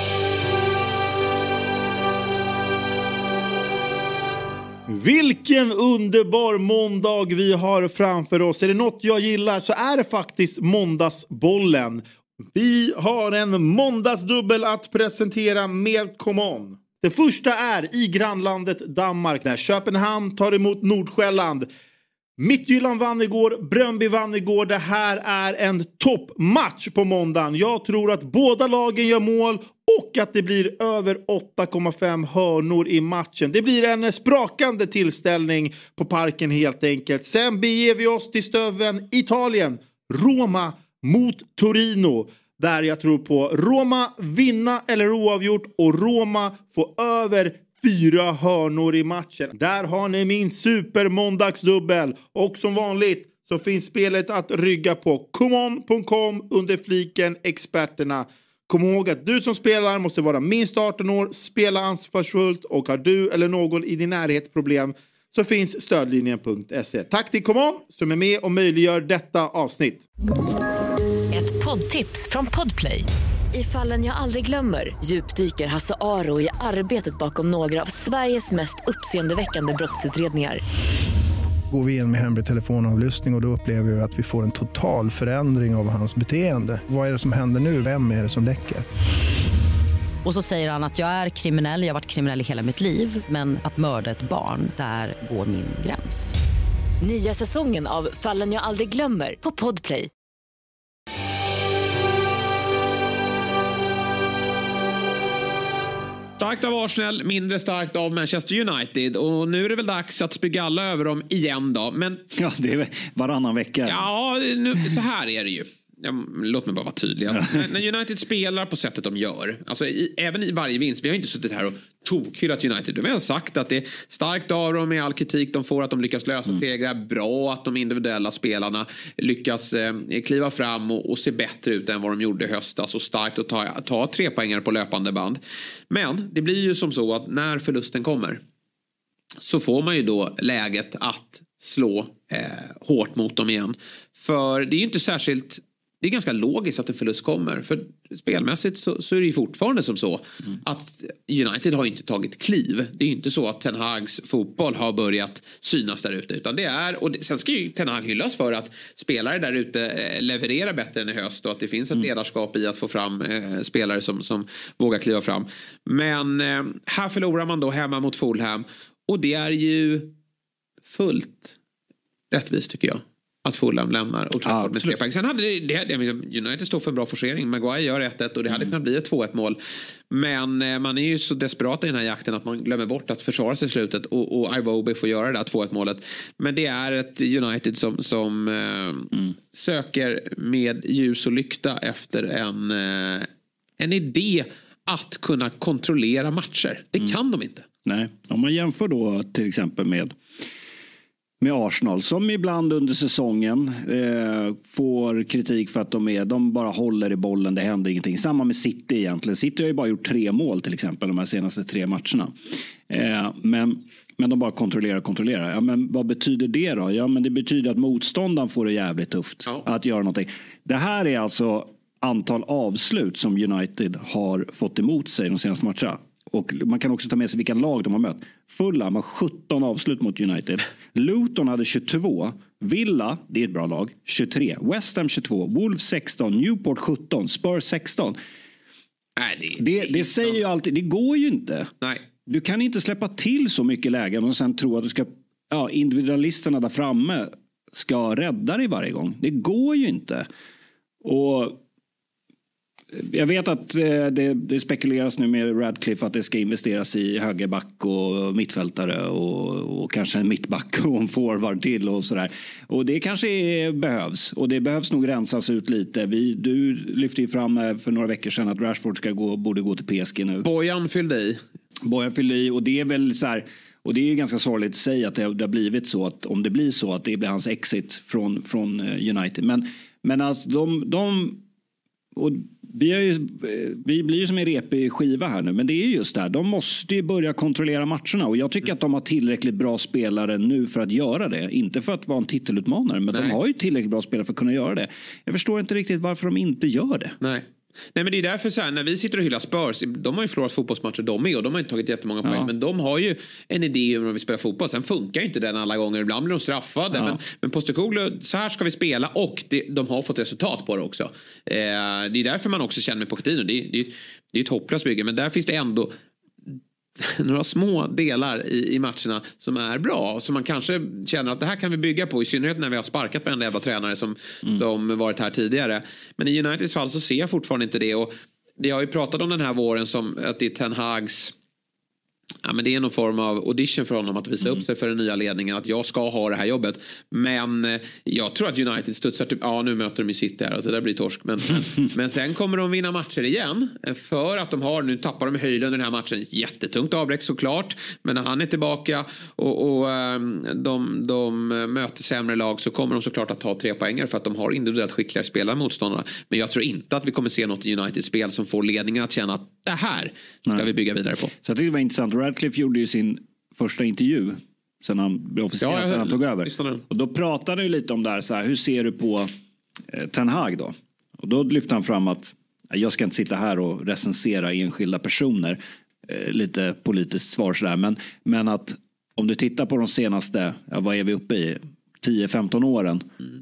Vilken underbar måndag vi har framför oss. Är det något jag gillar så är det faktiskt måndagsbollen. Vi har en måndagsdubbel att presentera med Come On. Det första är i grannlandet Danmark när Köpenhamn tar emot Nordsjälland. Midtjylland vann igår, Brøndby vann igår. Det här är en toppmatch på måndagen. Jag tror att båda lagen gör mål och att det blir över åtta komma fem hörnor i matchen. Det blir en sprakande tillställning på parken helt enkelt. Sen beger vi oss till stöven Italien. Roma mot Torino. Där jag tror på Roma vinna eller oavgjort och Roma få över fyra hörnor i matchen. Där har ni min supermåndagsdubbel. Och som vanligt så finns spelet att rygga på comeon punkt com under fliken experterna. Kom ihåg att du som spelar måste vara minst arton år, spela ansvarsfullt och har du eller någon i din närhet problem så finns stödlinjen punkt se. Tack till Come On som är med och möjliggör detta avsnitt. Ett poddtips från Podplay. I Fallen jag aldrig glömmer djupdyker Hasse Aro i arbetet bakom några av Sveriges mest uppseendeväckande brottsutredningar. Går vi in med hemlig telefonavlyssning och, och då upplever vi att vi får en total förändring av hans beteende. Vad är det som händer nu? Vem är det som läcker? Och så säger han att jag är kriminell, jag har varit kriminell i hela mitt liv. Men att mörda ett barn, där går min gräns. Nya säsongen av Fallen jag aldrig glömmer på Podplay. Starkt av Arsenal, mindre starkt av Manchester United. Och nu är det väl dags att spy alla över dem igen då. Men... Ja, det är varannan vecka. Ja, nu, så här är det ju. Ja, låt mig bara vara tydlig. när, när United spelar på sättet de gör, alltså i, även i varje vinst, vi har inte suttit här och tokhyllat United. Vi har sagt att det är starkt av dem med all kritik de får, att de lyckas lösa mm. segrar, bra att de individuella spelarna lyckas eh, kliva fram och, och se bättre ut än vad de gjorde i höstas, och starkt att ta, ta tre poängare på löpande band. Men det blir ju som så att när förlusten kommer så får man ju då läget att slå eh, hårt mot dem igen. För det är ju inte särskilt, det är ganska logiskt att en förlust kommer. För spelmässigt så, så är det ju fortfarande som så mm. att United har inte tagit kliv. Det är ju inte så att Ten Hags fotboll har börjat synas där ute. Utan det är, och det, sen ska ju Ten Hag hyllas för att spelare där ute eh, levererar bättre än i höst. Och att det finns ett mm. ledarskap i att få fram eh, spelare som, som vågar kliva fram. Men eh, här förlorar man då hemma mot Fulham. Och det är ju fullt rättvist tycker jag. Att Fulham lämnar och ja, med tre poäng. Sen hade det, det, det United står för en bra forcering. Maguire gör ett ett och det hade mm. kunnat bli ett två ett mål. Men eh, man är ju så desperat i den här jakten att man glömmer bort att försvara sig i slutet. Och, och Iwobi får göra det där två ett målet. Men det är ett United som, som eh, mm. söker med ljus och lykta efter en, eh, en idé att kunna kontrollera matcher. Det mm. kan de inte. Nej, om man jämför då till exempel med med Arsenal som ibland under säsongen eh, får kritik för att de är de bara håller i bollen, det händer ingenting. Samma med City egentligen. City har ju bara gjort tre mål till exempel de här senaste tre matcherna. Eh, men, men de bara kontrollerar och kontrollerar. Ja, men vad betyder det då? Ja, men det betyder att motståndaren får det jävligt tufft ja. att göra någonting. Det här är alltså antal avslut som United har fått emot sig de senaste matcherna. Och man kan också ta med sig vilka lag de har mött. Fulham har sjutton avslut mot United. Luton hade tjugotvå. Villa, det är ett bra lag, tjugotre. West Ham tjugotvå. Wolves sexton. Newport sjutton. Spurs sexton. Nej, det, det, det säger ju alltid, det går ju inte. Nej. Du kan inte släppa till så mycket lägen och sen tro att du ska, ja, individualisterna där framme ska rädda dig varje gång. Det går ju inte. Och jag vet att det, det spekuleras nu med Radcliffe att det ska investeras i högerback och mittfältare och, och kanske en mittback och en forward till och sådär. Och det kanske är, behövs. Och det behövs nog rensas ut lite. Vi, du lyfte ju fram för några veckor sedan att Rashford ska gå, borde gå till P S G nu. Bojan fyllde i. Bojan fyllde i och det är väl så här. Och det är ju ganska sorgligt att säga att det, det har blivit så att om det blir så att det blir hans exit från, från United. Men, men alltså de... de och vi, är ju, vi blir ju som en repig skiva här nu. Men det är just det här. De måste ju börja kontrollera matcherna. Och jag tycker att de har tillräckligt bra spelare nu för att göra det. Inte för att vara en titelutmanare. Men Nej. de har ju tillräckligt bra spelare för att kunna göra det. Jag förstår inte riktigt varför de inte gör det. Nej. Nej, men det är därför så här, när vi sitter och hyllar Spurs, de har ju förlorat fotbollsmatcher de med och de har inte tagit jättemånga poäng, ja. men de har ju en idé om hur vi spelar fotboll. Sen funkar inte den alla gånger, ibland blir de straffade, ja. men, men Postecoglou, så här ska vi spela och det, de har fått resultat på det också. Eh, det är därför man också känner med Pochettino, det, det, det är ett hopplöst bygge, men där finns det ändå några små delar i, i matcherna som är bra. Som man kanske känner att det här kan vi bygga på. I synnerhet när vi har sparkat varenda jävla tränare som, mm. som varit här tidigare. Men i Uniteds fall så ser jag fortfarande inte det. Och det har ju pratat om den här våren som att det är Ten Hags... Ja, men det är någon form av audition för honom att visa mm. upp sig för den nya ledningen. Att jag ska ha det här jobbet. Men eh, jag tror att United studsar typ, ja nu möter de ju City här och så där blir torsk. Men, men, men sen kommer de vinna matcher igen. För att de har, nu tappar de höjden den här matchen. Jättetungt avbräck såklart. Men när han är tillbaka och, och de, de möter sämre lag så kommer de såklart att ta tre poänger. För att de har individuellt skickligare spelare motståndarna. Men jag tror inte att vi kommer se något i United-spel som får ledningen att känna att det här ska Nej. vi bygga vidare på. Så det var intressant. Radcliffe gjorde ju sin första intervju sen han blev officiellt ja, när han tog över. Och då pratade han ju lite om det här, så här, hur ser du på eh, Ten Hag då? Och då lyfte han fram att jag ska inte sitta här och recensera enskilda personer. Eh, lite politiskt svar sådär. Men, men att om du tittar på de senaste, ja, vad är vi uppe i? tio femton åren. Mm.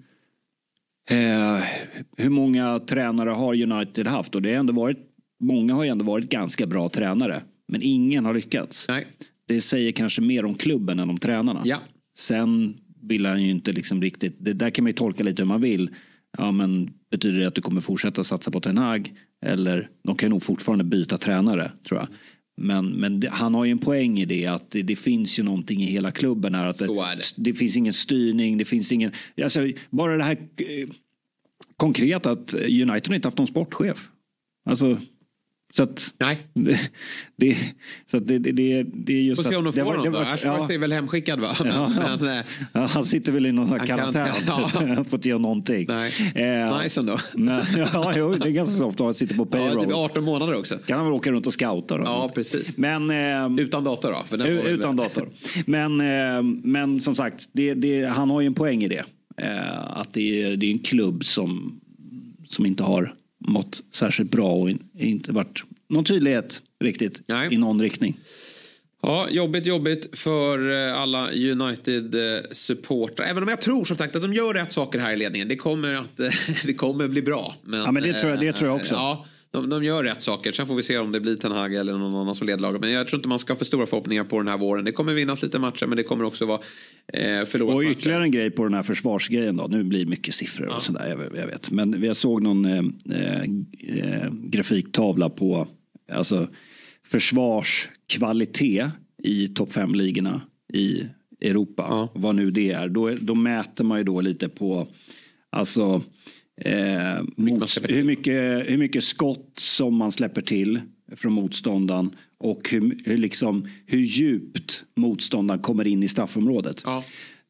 Eh, hur många tränare har United haft? Och det har ändå varit, många har ju ändå varit ganska bra tränare. Men ingen har lyckats. Nej. Det säger kanske mer om klubben än om tränarna. Ja. Sen vill han ju inte liksom riktigt... Det där kan man ju tolka lite hur man vill. Ja, men betyder det att du kommer fortsätta satsa på Ten Hag? Eller de kan nog fortfarande byta tränare, tror jag. Men, men det, han har ju en poäng i det. Att det, det finns ju någonting i hela klubben här. Att det, det. det finns ingen styrning. Det finns ingen... Alltså, bara det här eh, konkret att United inte haft någon sportchef. Alltså... Så att Nej. Det, det, så att det, det, det är just att... Får se om de får honom då. Ashworth ja. är väl hemskickad va? Ja, men, ja. Ja, han sitter väl i någon sån här karantän. Han har fått göra någonting. Nej. Eh, nice ändå. Men, ja, jo, det är ganska så ofta att han sitter på payroll. Ja, typ arton månader också. Kan han väl åka runt och scouta då? Ja, precis. Men, eh, utan dator då? För den utan dator. Men, eh, men som sagt, det, det, han har ju en poäng i det. Eh, att det är, det är en klubb som, som inte har mått särskilt bra och inte varit någon tydlighet riktigt Nej. i någon riktning. Ja, jobbigt, jobbigt för alla United-supportrar. Även om jag tror som sagt att de gör rätt saker här i ledningen. Det kommer att det kommer bli bra. Men, ja, men det tror jag, det tror jag också. Ja, de, de gör rätt saker. Sen får vi se om det blir Ten Hag eller någon annan som leder laget. Men jag tror inte man ska ha för stora förhoppningar på den här våren. Det kommer vinnas lite matcher, men det kommer också vara eh, förlorat. Och ytterligare matcher. En grej på den här försvarsgrejen då. Nu blir det mycket siffror och ja. sådär, jag, jag vet. Men jag såg någon eh, eh, grafiktavla på alltså försvarskvalitet i topp fem-ligorna i Europa. Ja. Vad nu det är. Då, då mäter man ju då lite på alltså eh, mot, hur, mycket, hur mycket skott som man släpper till från motståndaren och hur, hur, liksom, hur djupt motståndaren kommer in i straffområdet. Ja.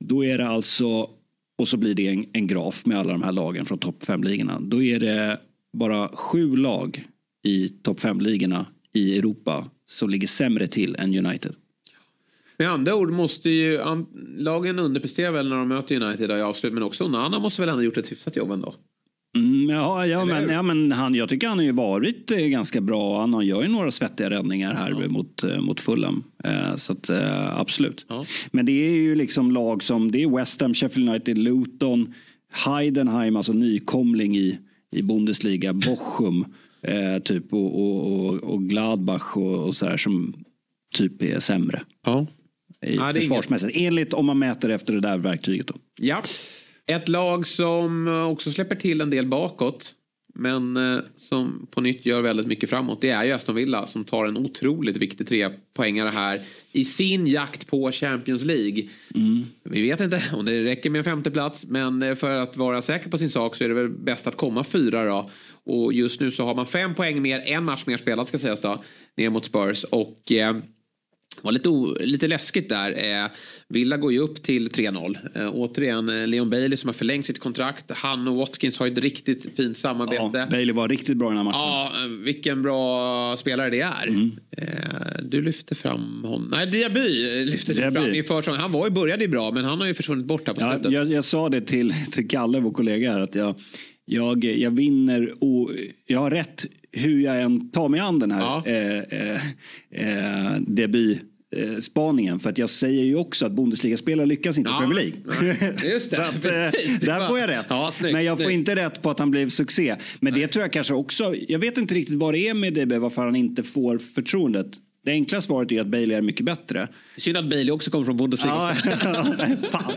då är det alltså, och så blir det en, en graf med alla de här lagen från topp fem-ligorna. Då är det bara sju lag i topp fem-ligorna i Europa som ligger sämre till än United. Med andra ord måste ju lagen underprestera väl när de möter United i avslut, men också Onana måste väl ändå ha gjort ett hyfsat jobb ändå. Mm, ja, ja, men, ja, men han, jag tycker han har ju varit eh, ganska bra. Han gör ju några svettiga räddningar här ja. mot, eh, mot Fulham. Eh, så att, eh, absolut. Ja. Men det är ju liksom lag som, det är West Ham, Sheffield United, Luton, Heidenheim, alltså nykomling i, i Bundesliga, Bochum eh, typ och, och, och, och Gladbach och, och så här som typ är sämre. Ja. I ja, försvarsmässigt. Inget... Enligt om man mäter efter det där verktyget då. Ja. Ett lag som också släpper till en del bakåt, men som på nytt gör väldigt mycket framåt, det är ju Aston Villa som tar en otroligt viktig trepoängare här i sin jakt på Champions League. Mm. Vi vet inte om det räcker med en femte plats, men för att vara säker på sin sak så är det väl bäst att komma fyra då. Och just nu så har man fem poäng mer, en match mer spelat ska sägas då, ner mot Spurs. Och eh, var lite, o, lite läskigt där. Eh, Villa går ju upp till tre noll. Eh, återigen eh, Leon Bailey som har förlängt sitt kontrakt. Han och Watkins har ett riktigt fint samarbete. Ja, Bailey var riktigt bra i den här matchen. Ja, vilken bra spelare det är. Mm. Eh, du lyfter fram honom. Nej, Diaby lyfter Diaby. fram i försäsongen. Han var ju, började ju bra, men han har ju försvunnit bort här på slutet. Ja, jag, jag sa det till, till Kalle, vår kollega här, att jag, jag, jag vinner och jag har rätt hur jag än tar mig an den här ja. eh, eh, eh, debut spaningen, för att jag säger ju också att Bundesliga-spelare lyckas inte i ja, Premier League. Ja, just det. Så att, Precis, där det får jag rätt. Ja, snyggt, men jag får snyggt. inte rätt på att han blev succé. Men Nej. det tror jag kanske också, jag vet inte riktigt vad det är med D B, varför han inte får förtroendet. Det enkla svaret är att Bailey är mycket bättre. Synd att Bailey också kommer från Bundesliga. Ja, fan.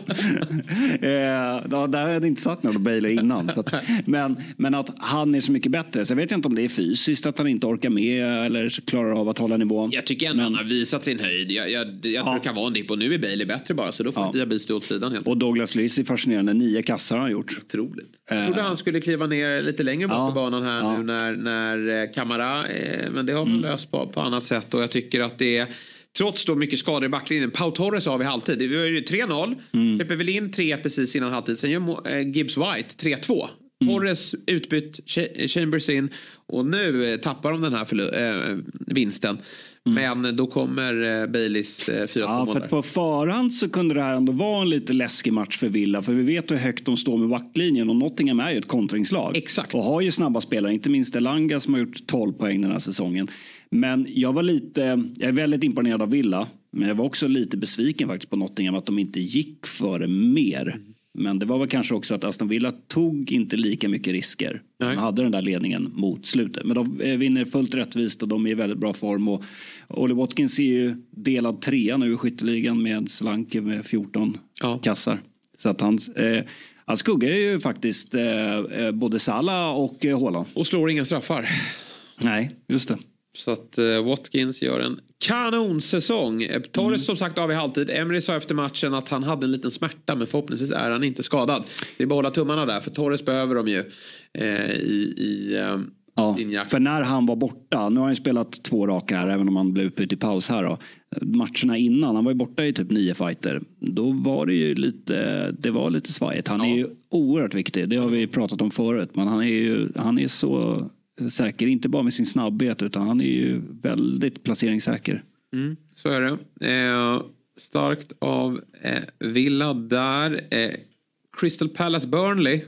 eh, ja, där hade jag inte satt någon Bailey innan. Så att, men, men att han är så mycket bättre. Så jag vet inte om det är fysiskt att han inte orkar med eller klarar av att hålla nivån. Jag tycker ändå men, han har visat sin höjd. Jag, jag, jag ja. tror det kan vara en dipp. Och nu är Bailey bättre bara. Så då får ja. Diaby stå åt sidan helt. Och Douglas Luiz är fascinerande. Nio kassar har han gjort. Otroligt. Jag trodde eh. han skulle kliva ner lite längre bort ja. på banan här ja. nu när, när Kamara. Eh, men det har man mm. löst på, på annat sätt. Och jag tycker att det är, trots då mycket skador i backlinjen, Pau Torres har vi halvtid. Det var ju tre noll. Mm. Släpper väl in tre precis innan halvtid. Sen gör äh, Gibbs White tre två. Mm. Torres utbytt, Chambers in. Och nu äh, tappar de den här förlu- äh, vinsten. Mm. Men då kommer äh, Baileys äh, fyra två ja, för att på förhand så kunde det här ändå vara en lite läskig match för Villa. För vi vet hur högt de står med backlinjen. Och Nottingham är ju ett kontringslag. Exakt. Och har ju snabba spelare. Inte minst Elanga som har gjort tolv poäng den här säsongen. Men jag var lite, jag är väldigt imponerad av Villa. Men jag var också lite besviken faktiskt på Nottingham att de inte gick för mer. Mm. Men det var väl kanske också att Aston Villa tog inte lika mycket risker. Nej. De hade den där ledningen mot slutet. Men de vinner fullt rättvist och de är i väldigt bra form. Och Ollie Watkins är ju delad trea nu i skytteligan med Solanke med fjorton ja. kassar. Så att han, eh, han skuggar ju faktiskt eh, både Salah och eh, Haaland. Och slår inga straffar. Nej, just det. Så att uh, Watkins gör en kanonsäsong. Torres mm. som sagt av i halvtid. Emery sa efter matchen att han hade en liten smärta, men förhoppningsvis är han inte skadad. Vi behåller tummarna där, för Torres behöver de ju eh, i, i um, ja, sin jakt. För när han var borta, nu har han ju spelat två raka här, även om han blev ut i paus här då. Matcherna innan, han var ju borta i typ nio fighter. Då var det ju lite, det var lite svajigt. Han ja. är ju oerhört viktig, det har vi pratat om förut. Men han är ju, han är så säker, inte bara med sin snabbhet, utan han är ju väldigt placeringssäker. Mm, så är det. Eh, starkt av eh, Villa där. Eh, Crystal Palace Burnley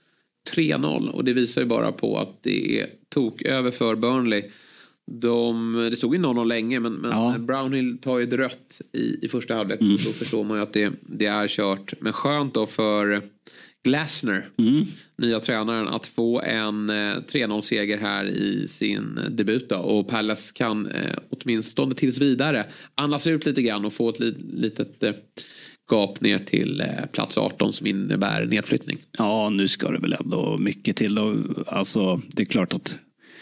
tre noll, och det visar ju bara på att det är tok över för Burnley. De, det stod ju noll noll länge, men, men ja. Brownhill tar ju ett rött i, i första halvlek. Mm. Då förstår man ju att det, det är kört. Men skönt då för Glasner, mm. nya tränaren, att få en eh, tre noll-seger här i sin debut då. Och Palace kan eh, åtminstone tills vidare andas ut lite grann och få ett li- litet eh, gap ner till eh, plats arton som innebär nedflyttning. Ja, nu ska det väl ändå mycket till. Och, alltså, det är klart att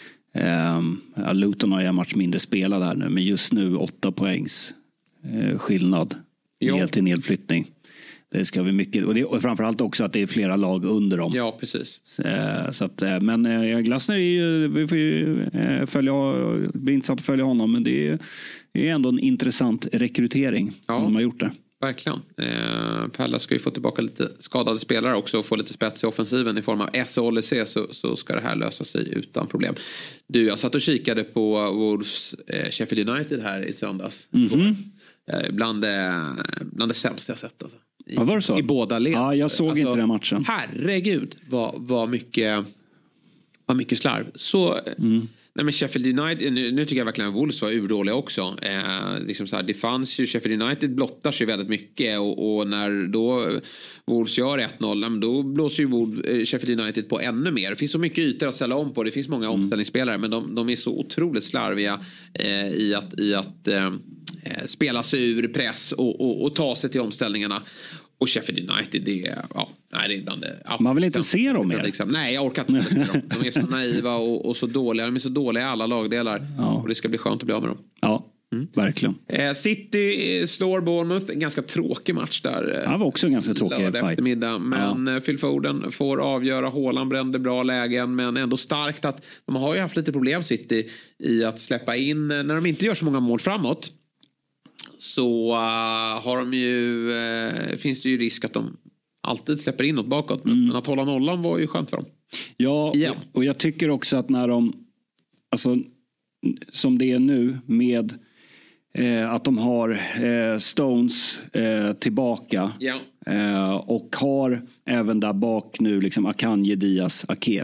eh, Luton har ju en match mindre spelad här nu, men just nu åtta poängs eh, skillnad ner till nedflyttning. Det ska vi mycket, och, det, och framförallt också att det är flera lag under dem. Ja, precis. Så, så att, men äh, Glasner är ju, vi får ju äh, följa, det blir intressant att följa honom, men det är, är ändå en intressant rekrytering. Ja. De har gjort det. verkligen. Eh, Pallas ska ju få tillbaka lite skadade spelare också och få lite spets i offensiven i form av S och L C, så, så ska det här lösa sig utan problem. Du, jag satt och kikade på Wolves eh, Sheffield United här i söndags. Mm-hmm. Eh, bland, eh, bland det sämsta jag sett alltså. I, ja, var det så? I båda led. Ja, jag såg alltså, inte den matchen. Herregud, vad, vad mycket vad mycket slarv. Så... Mm. Nej, men Sheffield United, nu, nu tycker jag verkligen att Wolves var urdåliga också. Eh, liksom så här, det fanns ju, Sheffield United blottar sig väldigt mycket och, och när då Wolves gör ett noll, då blåser ju Wolves, Sheffield United på ännu mer. Det finns så mycket ytor att ställa om på, det finns många mm. omställningsspelare, men de, de är så otroligt slarviga eh, i att, i att eh, spela sig ur press och, och, och ta sig till omställningarna. Och Sheffield United, det är, ja, nej, det är bland det. Ja, man vill inte se dem mer. Liksom. Nej, jag orkar inte se dem. De är så naiva och, och så dåliga. De är så dåliga i alla lagdelar. Ja. Och det ska bli skönt att bli av med dem. Ja, mm. verkligen. Eh, City slår Bournemouth. En ganska tråkig match där. Ja, det var också en ganska tråkig fight. Eftermiddag. Men ja. Phil Foden får avgöra. Haaland brände bra lägen. Men ändå starkt att de har ju haft lite problem, City, i att släppa in när de inte gör så många mål framåt. Så uh, har de ju uh, finns det ju risk att de alltid släpper in något bakåt. Men, mm. men att hålla nollan var ju skönt för dem. Ja, igen. Och jag tycker också att när de, alltså som det är nu med eh, att de har eh, Stones eh, tillbaka ja. eh, och har även där bak nu liksom Akanji, Diaz, Ake.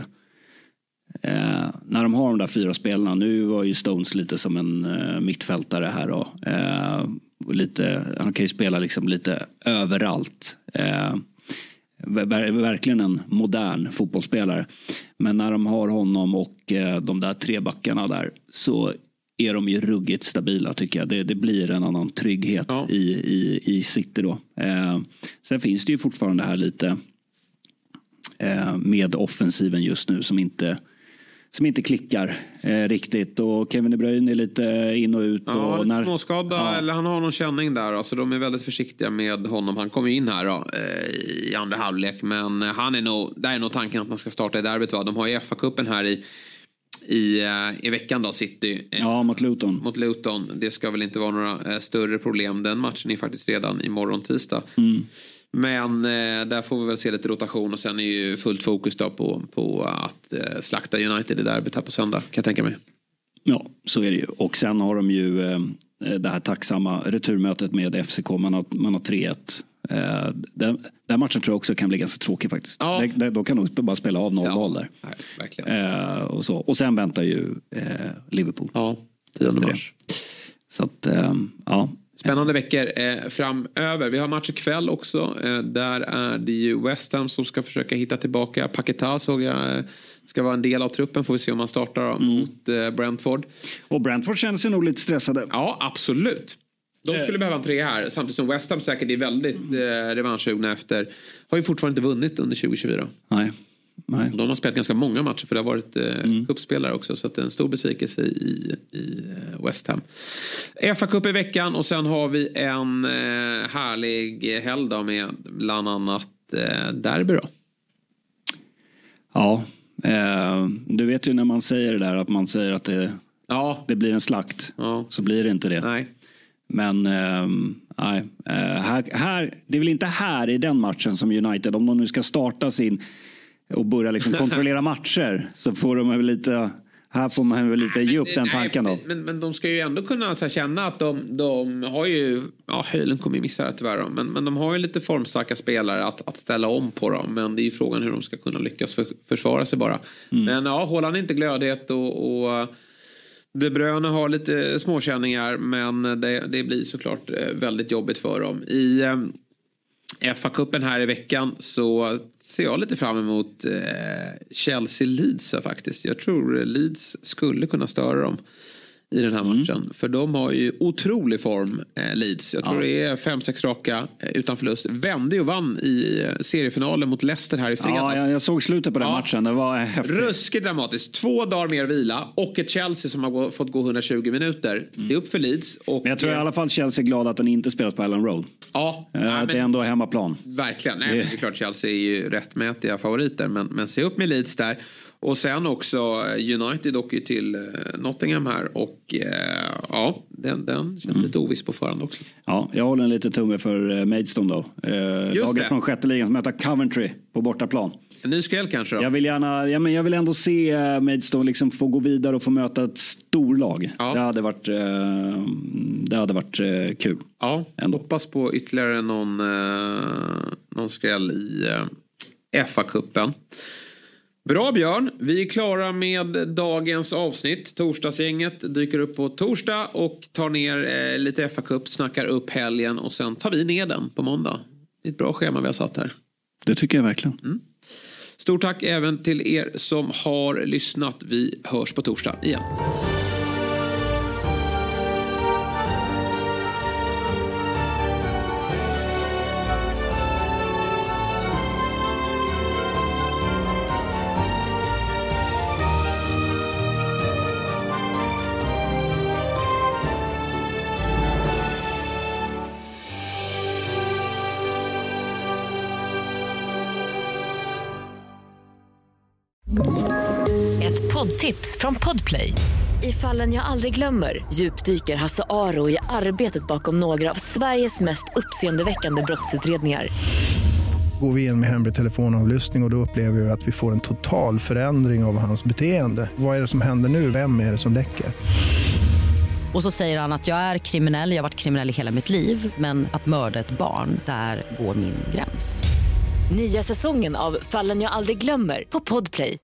Eh, när de har de där fyra spelarna, nu var ju Stones lite som en eh, mittfältare här då. Eh, lite, han kan ju spela liksom lite överallt. Eh, ver- verkligen en modern fotbollsspelare. Men när de har honom och eh, de där tre backarna där, så är de ju ruggigt stabila, tycker jag. Det, det blir en annan trygghet ja. i, i, i City då. Eh, sen finns det ju fortfarande här lite eh, med offensiven just nu som inte som inte klickar eh, riktigt, och Kevin De Bruyne är lite in och ut. Ja, och när, småskada, ja. eller han har någon känning där, alltså de är väldigt försiktiga med honom. Han kommer in här då, eh, i andra halvlek, men han är nog, där är nog tanken att man ska starta i derbyt, va? De har ju F A-cupen här i i, i veckan då, City. Ja, mot Luton. Mot Luton. Det ska väl inte vara några eh, större problem. Den matchen är faktiskt redan imorgon tisdag. Mm. Men eh, där får vi väl se lite rotation, och sen är ju fullt fokus då på, på att eh, slakta United i derbyt här på söndag, kan jag tänka mig. Ja, så är det ju. Och sen har de ju eh, det här tacksamma returmötet med F C K. Man har, man har tre ett. Eh, den, den matchen tror jag också kan bli ganska tråkig faktiskt. Ja. Det, det, då kan de bara spela av noll noll ja, där. Nej, verkligen. Eh, och, så. Och sen väntar ju eh, Liverpool. Ja, tionde mars. Så att, eh, ja. Spännande veckor eh, framöver. Vi har match ikväll också. Eh, där är det ju West Ham som ska försöka hitta tillbaka. Paquetá såg jag eh, ska vara en del av truppen. Får vi se om man startar mm. mot eh, Brentford. Och Brentford känner sig nog lite stressade. Ja, absolut. De skulle eh. behöva en tre här. Samtidigt som West Ham säkert är väldigt eh, revanschsugna efter. Har ju fortfarande inte vunnit under tjugo tjugofyra. Nej. Nej. De har spelat ganska många matcher, för det har varit eh, mm. cupspelare också, så att det är en stor besvikelse i, i West Ham. F A-cup i veckan, och sen har vi en eh, härlig helg då med bland annat eh, derby då. Ja, eh, du vet ju när man säger det där, att man säger att det, ja. det blir en slakt, ja. så blir det inte det. Nej. Men eh, nej, eh, här, här, det är väl inte här i den matchen som United, om de nu ska starta sin och börja liksom kontrollera matcher, så får de väl lite, här får man väl lite ge upp den tanken då. Men, men de ska ju ändå kunna så här, känna att de, de har ju, ja, Höjlen kommer ju missa det tyvärr då, men, men de har ju lite formstarka spelare att, att ställa om på dem, men det är ju frågan hur de ska kunna lyckas för, försvara sig bara. Mm. Men ja, Haaland är inte glödhet, och, och De Bruyne har lite småkänningar, men det, det blir såklart väldigt jobbigt för dem. I F A-cupen här i veckan så ser jag lite fram emot eh, Chelsea-Leeds faktiskt. Jag tror Leeds skulle kunna störa dem i den här matchen. Mm. För de har ju otrolig form, eh, Leeds. Jag tror ja. det är fem sex raka eh, utan förlust. Vände och vann i eh, seriefinalen mot Leicester här i fredags. Ja, jag, jag såg slutet på den ja. matchen. Det var häftigt. Ruskigt dramatiskt. Två dagar mer vila. Och ett Chelsea som har gå, fått gå hundratjugo minuter. Mm. Det är upp för Leeds. Och, men jag tror i alla fall Chelsea är glad att den inte spelat på Ellen Road. Ja. Eh, nej, det är ändå hemmaplan. Verkligen. Nej, det... Men det är klart, Chelsea är ju rättmätiga favoriter. Men, men se upp med Leeds där. Och sen också United åker till Nottingham här. Och eh, ja, den, den känns mm. lite oviss på förhand också. Ja, jag håller en lite tumme för Maidstone då. Eh, laget från sjätte ligan som möter Coventry på bortaplan. En ny skräll kanske då? Jag vill gärna, ja, men jag vill ändå se Maidstone liksom få gå vidare och få möta ett storlag. Ja. Det hade varit, eh, det hade varit eh, kul. Ja, ändå. Hoppas på ytterligare någon, eh, någon skräll i eh, F A-cupen. Bra Björn, vi är klara med dagens avsnitt. Torsdagsgänget dyker upp på torsdag och tar ner eh, lite F A-cup, snackar upp helgen och sen tar vi ner den på måndag. Det är ett bra schema vi har satt här. Det tycker jag verkligen. Mm. Stort tack även till er som har lyssnat. Vi hörs på torsdag igen. Poddtips från Podplay. I Fallen jag aldrig glömmer djupdyker Hasse Aro i arbetet bakom några av Sveriges mest uppseendeväckande brottsutredningar. Går vi in med hemlig telefonavlyssning och, och då upplever vi att vi får en total förändring av hans beteende. Vad är det som händer nu? Vem är det som läcker? Och så säger han att jag är kriminell, jag har varit kriminell i hela mitt liv. Men att mörda ett barn, där går min gräns. Nya säsongen av Fallen jag aldrig glömmer på Podplay.